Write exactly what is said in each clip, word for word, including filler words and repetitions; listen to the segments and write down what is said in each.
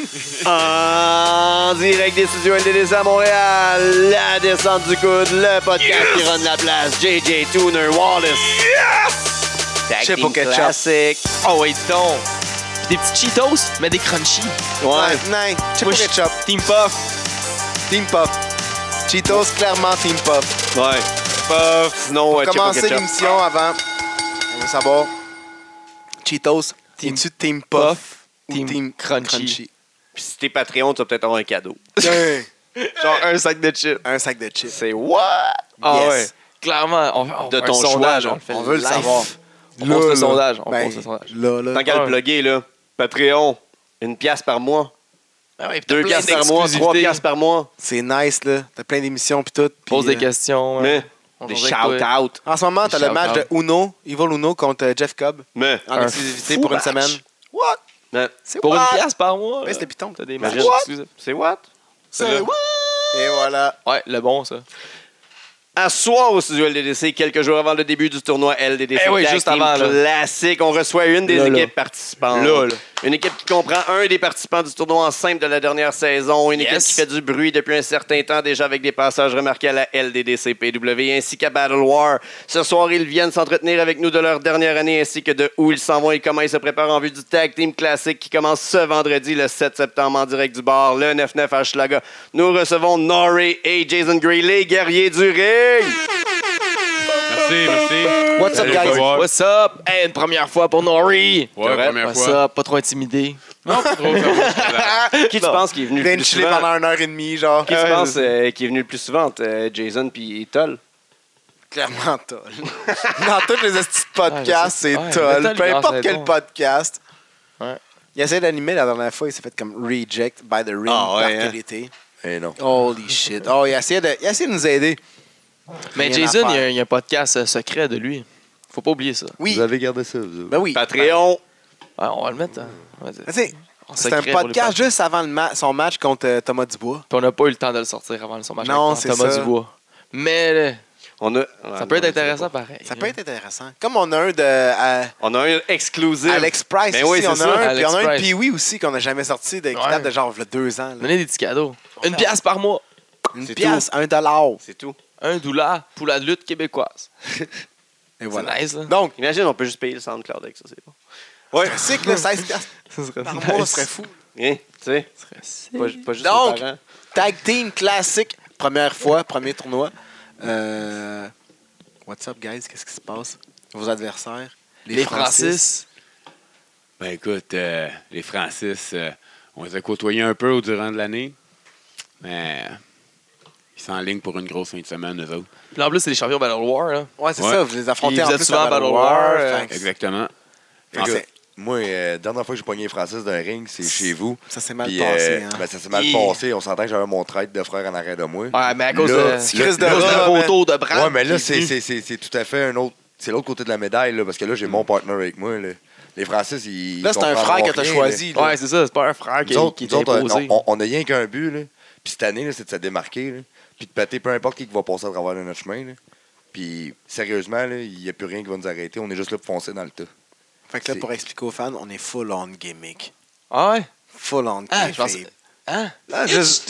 En direct des studios L D D C à Montréal, la descente du coude, le podcast yes! qui rend la place, J J Tuner Wallace. Yes! Chip au ketchup. Classique. Oh, wait, donc. Des petits Cheetos, mais des crunchy. Ouais. Non, chip au ketchup. Team Puff. Team Puff. Cheetos, clairement Team Puff. Ouais. Puff, sinon, Pour ouais, chip au commencer ketchup. l'émission avant, on veut savoir, Cheetos, Team es-tu Team Puff, Puff ou Team Team Crunchy? Crunchy? Puis si t'es Patreon, tu vas peut-être avoir un cadeau. Genre un sac de chips. Un sac de chips. C'est what? Ah Yes. ouais. Clairement, on, on De fait ton un sondage. choix, On, le fait on veut le live. savoir. On pose le Là, sondage. On ben, pose le sondage. Là, là. Tant qu'à Ouais. le plugger, là, Patreon, une pièce par mois, Ah ouais, puis t'as deux plein pièces par mois, trois d'exclusivités. pièces par mois. C'est nice, là. T'as plein d'émissions pis tout. pis, Pose des euh, questions. Mais, ouais. On des jase avec toi. shout-out. En ce moment, t'as le match de Shout-out. Uno, Evil Uno contre euh, Jeff Cobb, Mais, en Un exclusivité fou pour une match. semaine. What? mais, C'est Pour what? une pièce par mois. Ouais, là. c'était piton. T'as des Imagine. matchs What? exclusifs. c'est what? C'est là. what? Et voilà. Ouais, le bon, ça. À soir au studio L D D C, quelques jours avant le début du tournoi L D D C Eh oui, Tag juste Team avant, là. Classique, on reçoit une des Là, là. équipes participantes. Là, là. Une équipe qui comprend un des participants du tournoi en simple de la dernière saison. Une Yes. équipe qui fait du bruit depuis un certain temps déjà avec des passages remarqués à la L D D C P W ainsi qu'à Battle War. Ce soir, ils viennent s'entretenir avec nous de leur dernière année ainsi que de où ils s'en vont et comment ils se préparent en vue du Tag Team Classique qui commence ce vendredi le sept septembre en direct du bar, le neuf neuf à Hochelaga. Nous recevons Norrie et Jason Gray, les guerriers du ring. Merci, merci. What's up, Salut, guys? Fawad. What's up? Hey, une première fois pour Nori. Ouais, vrai? première What's fois. up? Pas trop intimidé. Non, pas trop. ça va. Qui tu penses qui est venu le Viens plus de chiller souvent? pendant une heure et demie, genre. Qui tu Ouais, penses c'est- euh, qui est venu le plus souvent entre euh, Jason puis Toll? Clairement, Toll. Dans tous les estis de podcasts, c'est Ouais, mais Toll. Toll, Peu il importe lance quel bon. podcast. Ouais. Il essaie d'animer la dernière fois, il s'est fait comme reject by the ring Ah ouais, par hein? qualité. Eh non. Holy shit. Oh, il a essayé de, il a essayé de nous aider. Mais Rien à Jason, faire. il y, a, il y a un podcast euh, secret de lui. Faut pas oublier ça. Oui. Vous avez gardé ça, vous. Ben oui. Patreon. Ouais, on va le mettre. Hein. Ouais, Tu sais, en c'est un secret pour les podcast podcasts. juste avant le ma- son match contre euh, Thomas Dubois. Puis on n'a pas eu le temps de le sortir avant son match Non, avec c'est Thomas ça. Dubois. Mais là, On a, ça peut être intéressant pareil. Ça peut être intéressant. Comme on a un de euh, On a un exclusif. Alex Price Ben aussi. oui, c'est on a ça. un, puis Alex on a un Price. Pee-Wee aussi qu'on n'a jamais sorti, de, qui Ouais. date de genre il y a deux ans. là. Donnez des petits cadeaux. Une pièce par mois. Une C'est pièce, un dollar. C'est tout. Un dollar pour la lutte québécoise. Et voilà. C'est nice, là. Donc, Imagine, on peut juste payer le SoundCloud avec ça, c'est bon. Ouais. c'est que le seize piastres Ça serait par nice. mois, ce serait fou. Hein, tu sais, Ça serait sick. pas, pas juste Donc, aux parents. Tag Team Classic, première fois, premier tournoi. Euh, what's up, guys? Qu'est-ce qui se passe? Vos adversaires? Les Francis. Ben écoute, euh, les Francis, euh, on les a côtoyés un peu au durant de l'année. Mais ils sont en ligne pour une grosse fin de semaine, eux autres. Puis en plus, c'est les champions Battle War. Là. Ouais, c'est Ouais. ça, vous les affrontez Puis en vous êtes plus souvent à à Battle Battle War. War, fait euh, que Exactement. fait que c'est- Moi, euh, dernière fois que j'ai pogné Francis d'un ring, c'est chez vous. Ça s'est mal Puis, passé. euh, hein. ben, ça s'est mal Et- passé. On s'entend que j'avais mon traître de frère en arrière de moi. Ouais, mais à cause Là, de, petit là, Chris de à cause de la rat, photo de Brad. Ouais, mais là, qui est c'est, venu. c'est, c'est, c'est tout à fait un autre. C'est l'autre côté de la médaille, là, parce que là, j'ai mon partner avec moi. Là. Les Francis, ils. Là, c'est un frère que tu as rien, choisi. là. Ouais, c'est ça. C'est pas un frère qui, Nous autres, qui est nous autres, imposé. on, on, on a rien qu'un but, là. Puis cette année, là, c'est de se démarquer, là. Puis de péter peu importe qui va passer à travers de notre chemin, là. Puis sérieusement, là, il n'y a plus rien qui va nous arrêter. On est juste là pour foncer dans le tas. Fait que là, c'est- pour expliquer aux fans, on est full on gimmick. Ah ouais? Full on Ah, je pense. kayfabe. Hein? Ah, juste-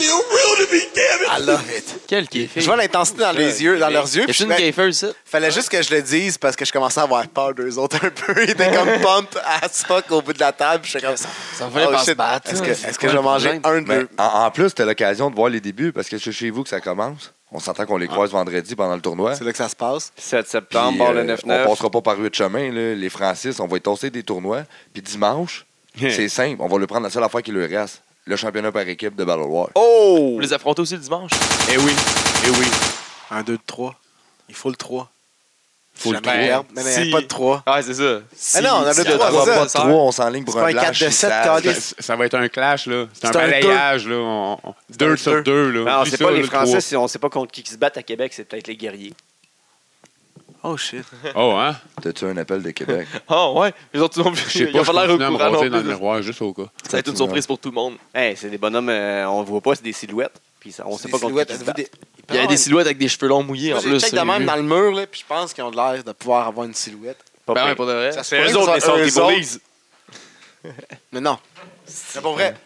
I love it. Quel qui est fait? Je vois l'intensité dans les yeux, dans leurs yeux. Y puis a-tu une ben, gayfer ici? fallait juste que je le dise parce que je commençais à avoir peur d'eux autres un peu. Ils étaient comme pumped as fuck au bout de la table. Je suis comme Ça me fait oh, pas se shit. battre. Est-ce là. que, C'est est-ce quoi que je vais le manger problème? un, Mais deux? en, en plus, c'était l'occasion de voir les débuts, parce que c'est chez vous que ça commence. On s'entend qu'on les croise vendredi pendant le tournoi. C'est là que ça se passe. sept Puis, septembre, bord le euh, neuf on neuf. passera pas par huit chemins. Là. Les Francis, on va y tosser des tournois. Puis dimanche, c'est simple. On va le prendre la seule affaire qui lui reste. Le championnat par équipe de Battle War. Oh! Vous les affrontez aussi le dimanche? Eh oui, eh oui. Un, deux, trois. Il faut le trois. Faut le Jamais trois. perdre. Mais il n'y Si- a pas de trois. Ah, c'est ça. Ah non, on a Si- le si- trois, si- c'est ça. si- Trois, on s'enligne pour C'est un pas un blanche. quatre de sept, ça- calice. Ça, ça va être un clash, là. C'est un C'est un balayage, là. On- on- deux un deux. sur deux, là. Non, Oublie c'est ça, pas là, les le Français, si on sait pas contre qui qui se battent à Québec, c'est peut-être les guerriers. Oh shit. trois. Oh, hein? T'as-tu un appel de Québec? Ah ouais, les autres non plus. Je sais Il pas, va je falloir au continue à me courant non raser dans le plus. miroir, juste au cas. Ça va être une surprise pour tout le monde. Hey, c'est des bonhommes, euh, on voit pas, c'est des silhouettes. Puis ça- on sait Des pas contre qui silhouettes, qui se avez-vous battent. des- Il y a des silhouettes avec des cheveux longs mouillés en Moi, j'ai plus. check de ça, même j'ai dans vu. le mur, là, puis je pense qu'ils ont l'air de pouvoir avoir une silhouette. Pas Ben ouais, pire. pour de vrai. Ça se C'est pourrait eux que autres, ce les soit Salty eux autres. Bullies. Mais non. C'est pas vrai.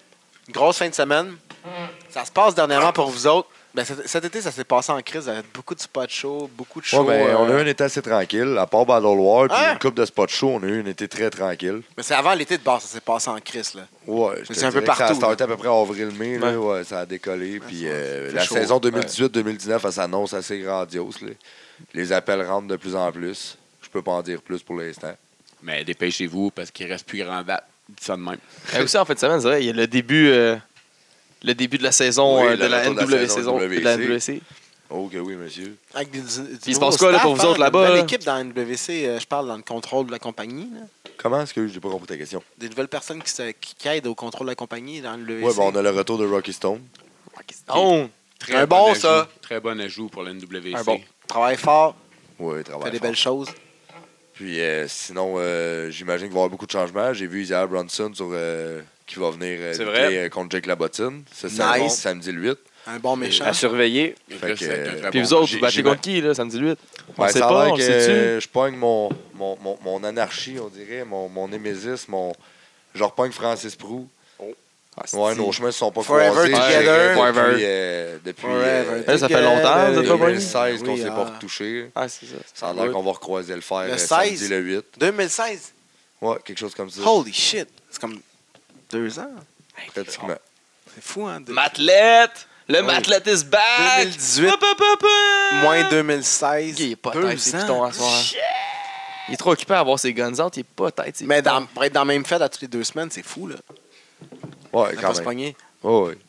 Grosse fin de semaine. Ça se passe dernièrement pour vous autres. Ben, cet, cet été, ça s'est passé en crise. Il y avait beaucoup de spots shows, beaucoup de shows. Ouais, ben, on a euh, eu un été assez tranquille. À part Battle War, puis Ah! une couple de spots show, on a eu un été très tranquille. Mais c'est avant l'été de base, ça s'est passé en crise. Là. Ouais, je te c'est un peu dirais que Ça a partout, starté à peu près avril-mai. Ouais. là, ouais, ça a décollé. Puis euh, c'est la chaud. saison deux mille dix-huit deux mille dix-neuf, elle s'annonce assez grandiose. Là. Les appels rentrent de plus en plus. Je peux pas en dire plus pour l'instant. Mais dépêchez-vous parce qu'il reste plus grand date. Dis ça de même. Et aussi, en fin de semaine, c'est vrai, il y a le début, euh, le début de la saison Oui, euh, le de la retour de la N W saison saison, W C. de la N W C. Oh que oui, monsieur. Avec des, des il se nouveaux passe quoi, là, pour staff, vous autres, hein, là-bas, Une là? nouvelle équipe dans la N W C, euh, je parle dans le contrôle de la compagnie. Là. Comment est-ce que j'ai pas compris ta question? Des nouvelles personnes qui, se- qui aident au contrôle de la compagnie dans la N W C. Ouais, ben on a le retour de Rocky Stone. Oh! Très Un bon, ajout. ça. Très bon ajout pour la N W C. Un bon. Travaille fort, Ouais, fait travaille des fort. belles choses. Puis euh, sinon, euh, j'imagine qu'il va y avoir beaucoup de changements. J'ai vu Isaiah Bronson sur, euh, qui va venir euh, C'est lutter, vrai. euh, contre Jake Labottine. C'est Nice. samedi, samedi le huit. Un bon méchant. À surveiller. Il Fait reste que, avec un très Puis bon vous autres, match. vous j'ai- battez j'ai- contre qui, là, samedi huit? On Ben, sait ça a pas, l'air on que le sait-tu? euh, je pogne mon, mon, mon, mon anarchie, on dirait, mon, mon némésis, mon... Je repogne Francis Prou. Ah, c'est- Ouais, nos chemins ne sont pas Forever croisés. together. Depuis, Forever. euh, depuis Forever. euh, Eh, ça fait longtemps, vous êtes pas deux mille seize qu'on Oui, s'est ah. pas retouché. Ah, c'est ça. Ça a l'air qu'on va recroiser le fer Le euh, seize? samedi le huit. deux mille seize. Ouais, quelque chose comme ça. Holy shit. C'est comme deux ans. Pratiquement. C'est fou, hein? de- Mathlète! Le Oui. Mathlète is back! deux mille dix-huit. Hop, hop, hop, hop! Moins deux mille seize. Il est pas Deux tête, c'est ans. piton à soir. Il est trop occupé à avoir ses guns out, il est pas tête. c'est Mais piton. dans, pour être dans la même fête à toutes les deux semaines, c'est fou, là. Ouais, On va quand pas se même. pogner. Oh, ouais.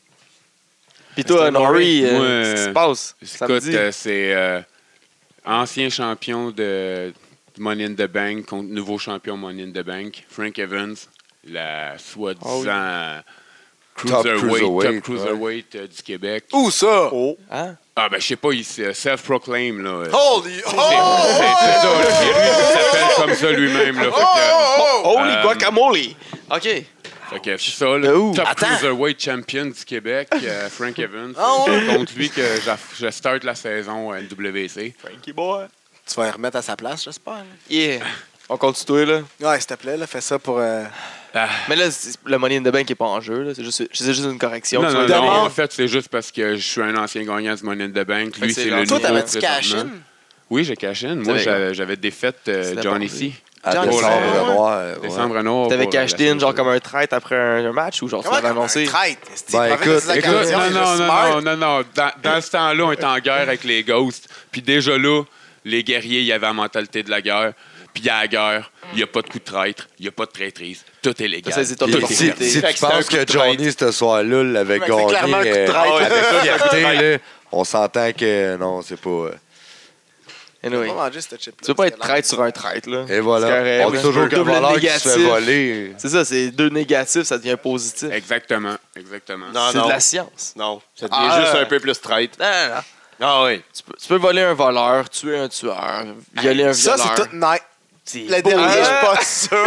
Puis toi, C'était Nori, Moi, euh, qu'est-ce qui se passe? Écoute, Samedi? euh, c'est euh, ancien champion de de Money in the Bank contre nouveau champion Money in the Bank. Frank Evans, la soi-disant cruiserweight, cruiserweight, top cruiserweight euh, du Québec. Où ça? Hein? Ah ben je sais pas, il se self-proclaim là. euh, Holy! c'est- c'est c'est ça, là, c'est lui qui s'appelle comme ça lui-même. Là, fait que, Holy Euh, guacamole! OK. fait que c'est ça, De là, où? top Attends. cruiserweight champion du Québec, euh, Frank Evans. Oh! C'est contre lui que je, je start la saison à N W C. Frankie boy. Tu vas le remettre à sa place, j'espère. là. Yeah. On continue, là. Ouais, s'il te plaît, là, fais ça pour... euh, Ah. Mais là, c'est- le Money in the Bank n'est pas en jeu, là. C'est juste, c'est juste une correction. Non, Tu non, vas non, donner- en fait, c'est juste parce que je suis un ancien gagnant du Money in the Bank. Lui, c'est c'est gentil. le Toi, nouveau t'avais-tu cash présentement. in? Oui, j'ai cash in. Moi, T'avais- j'avais j'avais défaite euh, C'était Johnny pas C. À Johnny décembre, Cena. le noir. euh, ouais. Décembre noir. T'avais pour cash la in, genre saison. comme un traître après un, un match ou genre tu Comment l'avais comme annoncé? un traître? Est-ce Ben, qu'il profite de écoute, ses Écoute, occasions, non, il est non, smart. non, non, non. Dans, dans ce temps-là, on était en guerre avec les Ghosts. Puis déjà là, les guerriers, ils avaient la mentalité de la guerre. Puis à la guerre, il n'y a pas de coup de traître, il n'y a pas de traîtrise. Tout est légal. Ça, c'est ton Puis, Tout est opportunité. si, opportunité. si Fait tu que c'était un penses coup de que Johnny, ce soir-là, l'avait Ouais, c'est clairement un coup gagné de euh, traître. avec fierté, là, on s'entend que non, c'est pas... euh, Anyway. On va manger cette chip-là. Tu veux pas être parce que traître sur un traître, là. Et C'est voilà. correct, On là. dit toujours qu'un Double voleur qui se fait négatif. voler... C'est ça, c'est deux négatifs, ça devient positif. Exactement, exactement. Non, C'est non. de la science. Non, ça devient Ah, juste euh, un peu plus traître. Non, non, non. Ah oui. Tu peux, tu peux voler un voleur, tuer un tueur, violer un Ça, violeur. c'est tout nice. C'est Le beau, dernier, je hein? suis pas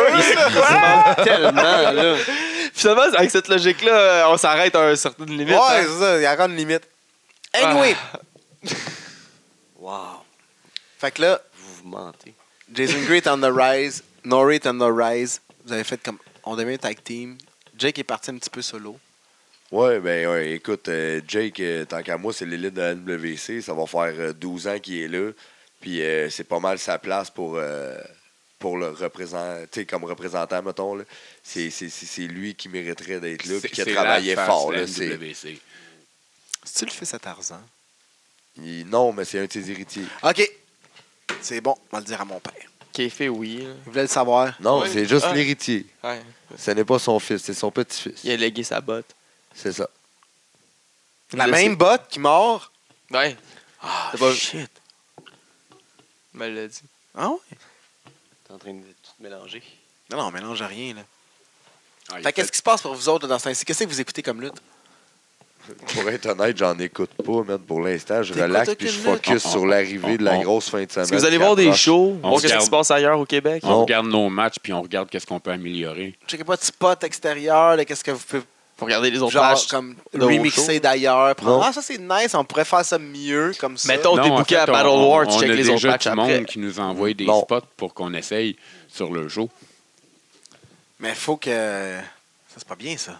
sûr. Tellement, là. Finalement, avec cette logique-là, on s'arrête à une certaine limite. Ouais, hein. c'est ça. Il y a encore une limite. Anyway. Wow. Fait que là, Vous vous mentez. Jason Gray est on the rise. Nori est on the rise. Vous avez fait comme... On devient un tag team. Jake est parti un petit peu solo. Ouais, ben ouais, écoute, euh, Jake, euh, tant qu'à moi, c'est l'élite de la N W C. Ça va faire euh, douze ans qu'il est là. Puis euh, c'est pas mal sa place pour, euh, pour le représenter, comme représentant, mettons. Là. C'est, c'est, c'est, c'est lui qui mériterait d'être là, puis qui a C'est travaillé la face fort. de la Là, c'est, N W C. C'est-tu le fils à Tarzan? il- non, mais c'est un de ses héritiers. OK. C'est bon. On va le dire à mon père. Kéfé, oui. là. Il voulait le savoir. Non, Ouais. c'est juste Ah. l'héritier. Ouais. Ce n'est pas son fils, c'est son petit-fils. Il a légué sa botte. C'est ça. La Il a même botte qui mord. Ouais, Ah, C'est pas- shit. il me l'a dit. Ah ouais? T'es en train de tout mélanger. Non, non, on mélange rien, là. Ah, il Fait a qu'est-ce fait- qui se passe pour vous autres là, dans ce temps-ci? Qu'est-ce que vous écoutez comme lutte? Pour être honnête, j'en écoute pas, man. Pour l'instant, je T'écoutes relaxe aucune puis je lutte? focus On- sur l'arrivée de la on- grosse fin de semaine. Est-ce que vous allez qui voir des approche. shows, On voir qu'est-ce qui regarde. se passe ailleurs au Québec? On Non. regarde nos matchs puis on regarde qu'est-ce qu'on peut améliorer. Checkez pas de spot extérieur, là, qu'est-ce que vous pouvez Faut regarder les autres genre matchs. comme de vos remixer shows. d'ailleurs. prendre- Non. Ah, ça c'est nice, on pourrait faire ça mieux comme ça. Mettons, t'es Non, en booké fait, à Battle on- War, tu on check a les autres déjà matchs du après. monde qui nous envoie des Non. spots pour qu'on essaye sur le show. Mais faut que. Ça c'est pas bien ça.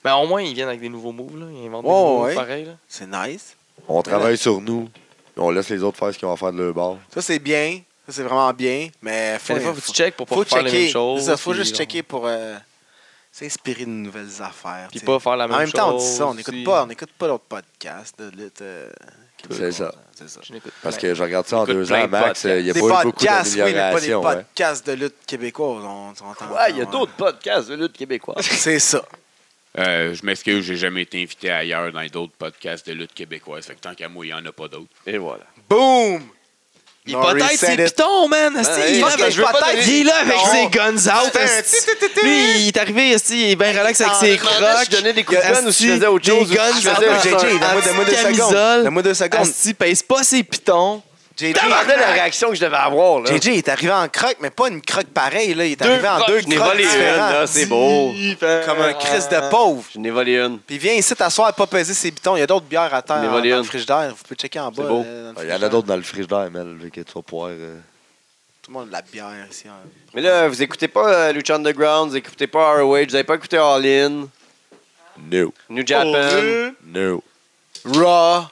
Mais au moins, ils viennent avec des nouveaux moves. Là. Ils inventent des Ouais, nouveaux ouais. moves pareils. Là. C'est nice. On travaille sur nous. On laisse les autres faire ce qu'ils vont faire de leur bord. Ça, c'est bien. Ça, c'est vraiment bien. Mais faut, Des fois, faut que tu checkes pour pas faut faire checker. les mêmes choses. C'est ça, faut puis juste on- checker pour euh, s'inspirer de nouvelles affaires. Puis t'sais. pas faire la même En chose. même temps, on dit ça, on n'écoute aussi. pas, on n'écoute pas d'autres podcasts de lutte. euh, C'est ça. C'est ça. Je n'écoute Parce pas. que je regarde ça en Écoute deux plein ans, de max. Il n'y a Des pas eu beaucoup podcasts, oui, mais pas des d'amélioration. ouais. podcasts de lutte québécoise. On, on entend, Ouais, il y a ouais. d'autres podcasts de lutte québécoise. C'est ça. Euh, je m'excuse, j'ai jamais été invité ailleurs dans d'autres podcasts de lutte québécoise. Fait que tant qu'à moi, il n'y en a pas d'autres. Et voilà. Boom! Hypothèse, c'est Python, man. asti, Ouais, il, est fuck là, les je veux pas hypothèses. donner- il est là avec Non. ses guns out. C'était un asti. ti-ti-ti-ti. Lui, il est arrivé, asti, il est bien relax avec ses Je crocs. donnais des coups de gun ou si je faisais autre Des chose. ou si guns je out faisais en- un- J J, donne-moi donne-moi deux secondes. camisole. Donne-moi deux secondes. Asti, pèse pas ses pitons. J J, Regardez la réaction que je devais avoir. Là. J J est arrivé en croque, mais pas une croque pareille. Là. Il est Deux arrivé en crocs, deux je n'ai croques volé une, différents. là, c'est beau. Comme un Christ de pauvre. Je n'ai volé une. Puis viens ici t'asseoir et pas peser ses bitons. Il y a d'autres bières à terre Les dans, dans le volumes. frigidaire. Vous pouvez checker en bas. C'est beau. euh, dans le Il y en a frigidaire. d'autres dans le frigidaire, Mel. Fait que tu vas pouvoir. euh, Tout le monde a de la bière ici. hein. Mais là, vous écoutez pas euh, Lucha Underground, vous écoutez pas R O H, vous avez pas écouté All In, No. New Japan. No. Raw.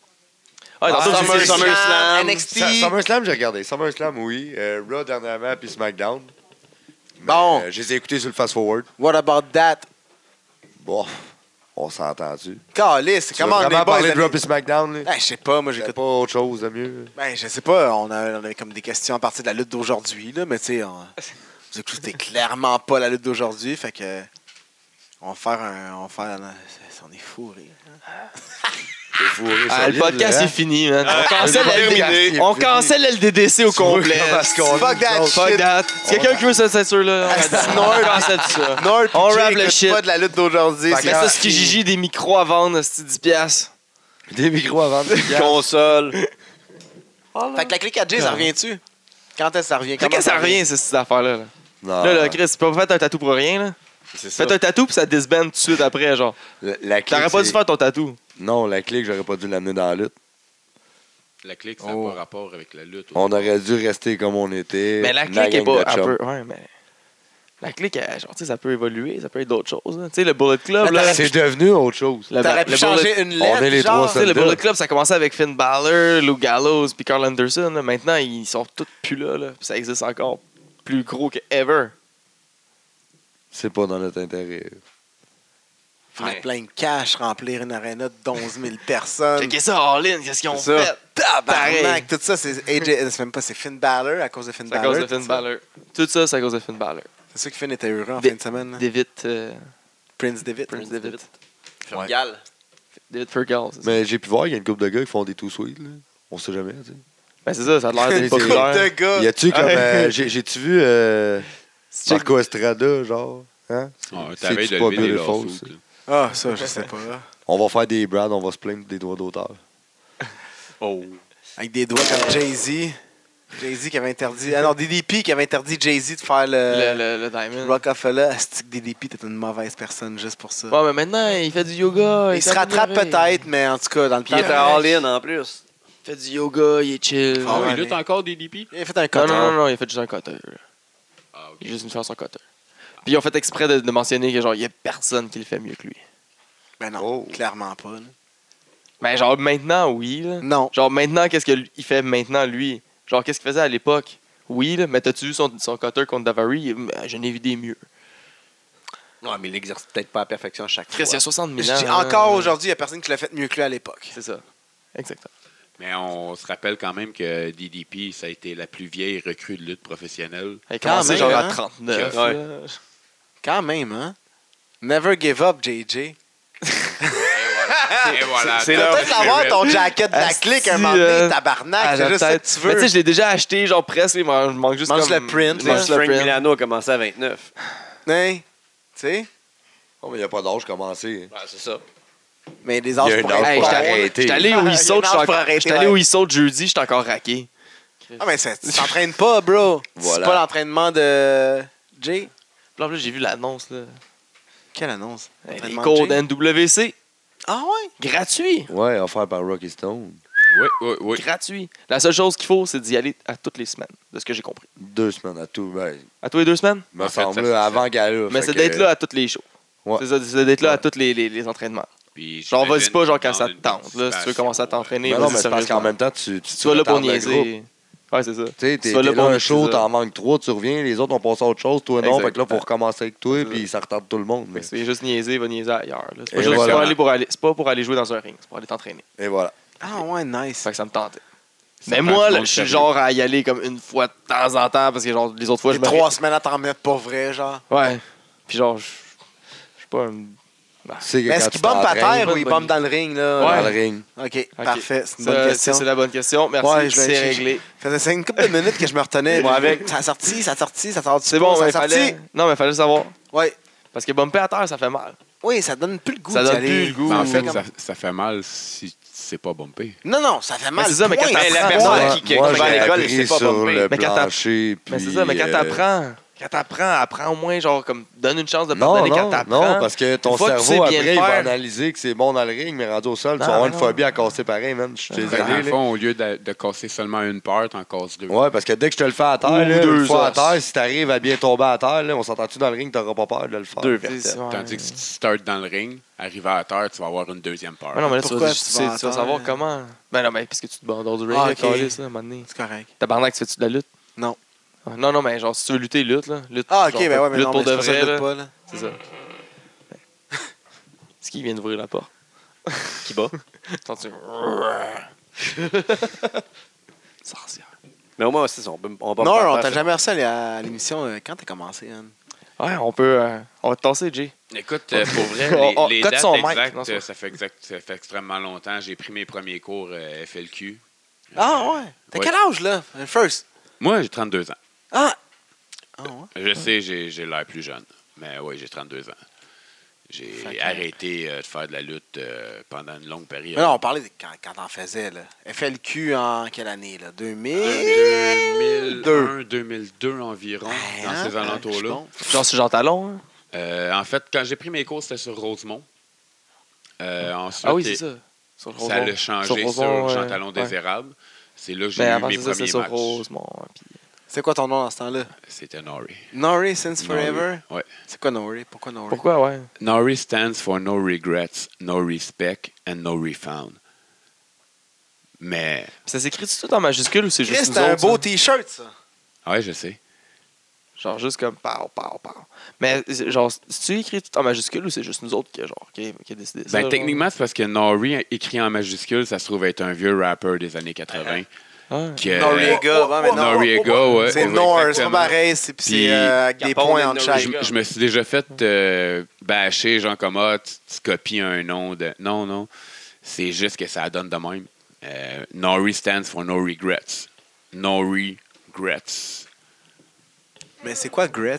Ah, tantôt, Ah, j'ai dit SummerSlam, SummerSlam. N X T. Sa- SummerSlam, j'ai regardé. SummerSlam, oui. Euh, Raw dernièrement, puis SmackDown. Mais, Bon. euh, je les ai écoutés sur le Fast Forward. What about that? Bon, on s'entend-tu? Calice, Tu veux comment on vraiment est boys, parler de les- Raw puis SmackDown? Là? Ben, je sais pas, moi J'ai j'écoute. pas autre chose de mieux. Ben, je sais pas, on, a, on avait comme des questions à partir de la lutte d'aujourd'hui, là, mais tu sais, on- vous écoutez clairement pas la lutte d'aujourd'hui, fait que. On va faire un. On va faire un- on est fourrés. T'es fourré, Ah, le solide, podcast là, est fini, man. On cancelle le L D D. podcast est On fini. cancelle L D D C au Tu vois, complet. parce qu'on- Fuck that Fuck shit. that. C'est quelqu'un qui veut cette ceinture-là. On cancelle ça. Nord On on rappe le écoute shit. pas de la lutte d'aujourd'hui. Fait c'est Mais ça, grave. c'est qui Gigi des micros à vendre, c'est dix piastres. Des micros à vendre. Console. Fait que la clique à Jay, ça revient-tu? Quand est-ce que ça revient? Fait Comment que ça revient, cette affaire-là. Là, Non. là, là, Chris, tu peux pas faire un tatou pour rien, là. C'est ça. Faites un tatou, puis ça disbande tout de suite après, genre. La, la clique, T'aurais pas dû c'est- faire ton tatou. Non, la clique, j'aurais pas dû l'amener dans la lutte. La clique, ça n'a Oh. pas rapport avec la lutte. On aurait dû rester comme on était. Mais la une clique est gang pas. de Un chums. peu, ouais, mais. La clique, elle, genre, tu sais, ça peut évoluer, ça peut être d'autres choses. là. Tu sais, le Bullet Club, Mais là. C'est devenu autre chose. le- T'aurais pu le Bullet- changer une lettre. On est les genre? trois Tu sais, le soldats. Bullet Club, ça commençait avec Finn Balor, Lou Gallows, puis Carl Anderson. là. Maintenant, ils sont tous plus là, là. Puis ça existe encore plus gros que ever. C'est pas dans notre intérêt. Faire Ouais. plein de cash, remplir une arena de onze mille personnes. Checkez ça, All-In, qu'est-ce qu'ils ont C'est ça. fait? Tabarnak! Pareil. Tout ça, c'est A J. C'est même pas, c'est Finn Balor à cause de Finn C'est à Balor. cause de tout Finn ça. Balor. Tout ça, c'est à cause de Finn Balor. C'est sûr que Finn était heureux en Des- fin de semaine. là. David. euh, Prince David. Prince David. Fergal. David Fergal, c'est ça. Mais j'ai pu voir, il y a une couple de gars qui font des too sweet. Là. On sait jamais. Tu sais. Ben, c'est ça, ça a l'air Une d'être couple populaire. de gars. Y a-tu comme. Ouais. euh, j'ai- J'ai-tu vu euh, C'est- Marco Estrada, genre? Hein? Ah, C'est- T'avais c'est-tu de pas lever des Beautiful, lawsuits, ça? là. Ah, ça, je sais pas. On va faire des brads, on va se plaindre des droits d'auteur. Oh. Avec des doigts comme Jay-Z. Jay-Z qui avait interdit. Ah non, D D P qui avait interdit Jay-Z de faire Le, le. le, le Diamond. Rockefeller. Asti que D D P, t'es une mauvaise personne juste pour ça. Ouais, mais maintenant, il fait du yoga. Il se rattrape peut-être, mais en tout cas, dans le Puis il était temps. All In en plus. Il fait du yoga, il est chill. Ah Ah ouais, oui, lutte mais- encore des D P? Il a fait un Non, coton. non, non, non, il a fait juste un cutter. là. Ah, ok. Il a juste une chance en cutter. Puis ils ont fait exprès de, de mentionner que genre, il y a personne qui le fait mieux que lui. Ben non, Oh. clairement pas. là. Mais genre, maintenant, oui. Là. Non. Genre, maintenant, qu'est-ce qu'il fait maintenant, lui? Genre, qu'est-ce qu'il faisait à l'époque? Oui, là, mais t'as-tu vu son, son cutter contre Davari? Je n'ai vu des mieux. Ouais, mais il l'exerce peut-être pas à perfection à chaque Chris, fois. il y a soixante mille Je ans. dis là. encore aujourd'hui, il n'y a personne qui l'a fait mieux que lui à l'époque. C'est ça. Exactement. Mais on se rappelle quand même que D D P, ça a été la plus vieille recrue de lutte professionnelle. Il a Quand commencé même, genre hein? à trente-neuf. Ouais. là. Quand même, hein? Never give up, J J. Et voilà. c'est Tu leur vas peut-être avoir ton jacket de la Asti, clique un moment donné, euh, tabarnak. à C'est la juste ça tête. que tu Mais veux. tu sais, je l'ai déjà acheté, genre presque. Il man- je manque juste Mange comme... le print, je là. mange le Frank print. Milano a commencé à vingt-neuf. Hein? Tu sais? Oh, mais il n'y a pas d'âge commencé. Ouais, c'est ça. Mais des Il y a âges un pour âge Hey, pour j'étais- arrêter. J'étais allé où Il y a il un saute, âge j'étais pour encore- arrêter, j'étais allé ouais. où il saute jeudi, j'étais encore raqué. Ah, mais c'est- tu t'entraînes pas, bro. C'est Voilà. pas l'entraînement de Jay. Puis en plus, j'ai vu l'annonce, là. Quelle annonce? Les L'entraînement de codes Jay? N W C. Ah ouais? Gratuit. Ouais, offert par Rocky Stone. Oui, oui, oui. Gratuit. La seule chose qu'il faut, c'est d'y aller à toutes les semaines, de ce que j'ai compris. Deux semaines à tout. Ben, À tous les deux semaines? me En fait, semble, ça- là, avant gala. Mais fait c'est que- d'être là à toutes les shows. Ouais. C'est ça, c'est d'être là à tous les, les, les entraînements. Puis Genre, vas-y j'imagine pas, genre, quand dans ça te une tente. Là, si tu veux participation, commencer à t'entraîner, Mais non, vas-y mais c'est parce sérieusement. qu'en même temps, tu, tu, Tu sois là pour retardes le groupe. niaiser. Ouais, c'est ça. Tu sais, t'es Sois là t'es pour là un niaiser. show, t'en manques trois, tu reviens, les autres ont passé à autre chose, toi non, Exact. fait que là, faut recommencer avec toi, C'est puis ça retarde tout le monde. Fait Mais... que si tu viens juste niaiser, va niaiser ailleurs. là. C'est pas, Et juste voilà. pour aller pour aller, c'est pas pour aller jouer dans un ring, c'est pour aller t'entraîner. Et voilà. Ah ouais, nice. Fait que ça me tentait. Ça Mais prend moi, tout le là, monde je suis sérieux. genre à y aller comme une fois de temps en temps parce que genre les autres fois, je J'ai me trois semaines à t'en mettre pour vrai, genre. Ouais. Puis genre, je je suis pas un. Tu sais que Mais est-ce quand qu'il tu bombe à t'entraînes, terre ou bonne il bonne bombe dans le ring, là? dans Ouais. le ring. OK, Ok. parfait. C'est une Ça, bonne ça, question. c'est la bonne question. Merci. Ouais, je l'ai c'est cherché. réglé. Ça faisait une couple de minutes que je me retenais. Moi, avec. Ça a sorti, ça a sorti, ça sort du C'est pot, bon, ça mais a sorti. fallait. Non, mais fallait le savoir. Ouais. Parce que bumper à terre, ça fait mal. Oui, ça donne plus le goût Ça d'y donne aller. plus le goût. Mais en Ouh. fait, Comme- ça, ça fait mal si c'est pas bumpé. Non, non, ça fait mal. Mais c'est ça, mais point. quand t'apprends- la personne Ouais. qui, qui, Moi, qui va à j'ai l'école, appris c'est pas sur bumpé. le Mais quand plancher, Mais c'est puis, ça, mais quand euh, t'apprends, quand t'apprends, apprends au moins, genre, comme, donne une chance de Non, pardonner quand non, t'apprends. non, parce que ton Une fois que tu cerveau, sais bien après, le il va faire. analyser que c'est bon dans le ring, mais rendu au sol, tu Non, vas avoir une non. phobie à casser pareil, man. Je suis Fait que désolé. dans le là. fond, au lieu de, de casser seulement une part, t'en casses deux. Ouais, parce que dès que je te le fais à terre, Ou là, deux une fois à os. terre, si t'arrives à bien tomber à terre, là, on s'entend-tu dans le ring, t'auras pas peur de le faire. Deux C'est- vertèbres. ouais. Tandis que si tu startes dans le ring, arrivé à terre, tu vas avoir une deuxième part. Ouais, non, mais là, tu Pourquoi vas, tu tu vas sais- à tu vas terre? savoir comment. Ben non, mais parce que tu te bandes hors du ring, Ah, là, ok. calé, ça, à un moment donné. C'est correct. Tabarnak, tu fais-tu de la lutte? Non. Ah, Non, non, mais genre, si tu veux lutter, lutte, là. Lutte, Ah, OK, genre, ben ouais, mais lutte non, pour mais de c'est pour ça que vrai, je là. lutte pas, là. C'est ça. C'est qui vient d'ouvrir la porte? Qui bat. Attends-tu. Sorcière. Mais au moins aussi, on, on bombe Non, par on terre, t'a ça- jamais reçu à l'émission. euh, Quand t'as commencé, Anne? Ouais, on peut. euh, on va te tasser, Jay. Écoute, euh, pour vrai, On- les, on les cote dates son mic. exactes, Non, c'est euh, pas- ça, fait exact, ça fait extrêmement longtemps. J'ai pris mes premiers cours euh, F L Q. Ah, ouais. T'as Ouais. quel âge, là? First. Moi, j'ai trente-deux ans. Ah! Ah, ouais. Je sais, j'ai j'ai l'air plus jeune. Mais oui, j'ai trente-deux ans. J'ai Fait que- arrêté euh, de faire de la lutte euh, pendant une longue période. Mais là, on parlait de quand, quand t'en faisais, là. F L Q en quelle année, là? deux mille? deux mille un, deux mille deux environ, dans Hein? ces alentours-là. Bon. Genre, c'est Jean Talon, hein? Euh, en fait, quand j'ai pris mes cours, c'était sur Rosemont. Euh, ensuite, Ah oui, c'est et- ça. Sur le ça Rosemont. l'a changé Sur sur, Rosemont, Jean ouais. Talon des Ouais. Érables. C'est là que j'ai Mais eu avant, mes c'est ça, c'est premiers sur matchs. Rosemont. hein, puis- C'est quoi ton nom dans ce temps-là? C'était Nori. Nori since Nori. forever? Ouais. C'est quoi Nori? Pourquoi Nori? Pourquoi, ouais? Nori stands for no regrets, no respect and no refund. Mais, Puis ça s'écrit tout en majuscule ou c'est Chris, juste nous c'est un autres, beau ça? T-shirt, ça. ouais, je sais. Genre juste comme pow, pow, pow. Mais genre, si tu écris tout en majuscule ou c'est juste nous autres qui, genre, qui, qui a décidé ça? Ben, genre? techniquement, c'est parce que Nori, écrit en majuscule, ça se trouve être un vieux rapper des années quatre-vingts. Ah. qui, euh, Noriega, ouais, mais non. Noriega, ouais. C'est ouais, Nor, c'est pas exactement. pareil. C'est puis Puis- c'est euh, avec des Capone points et en chaque. Noriega. Je, je me suis déjà fait euh, bâcher, genre comme ah, tu, tu copies un nom de. Non, non. C'est juste que ça donne de même. Euh, Nori stands for no regrets. No regrets. Mais c'est quoi Grets?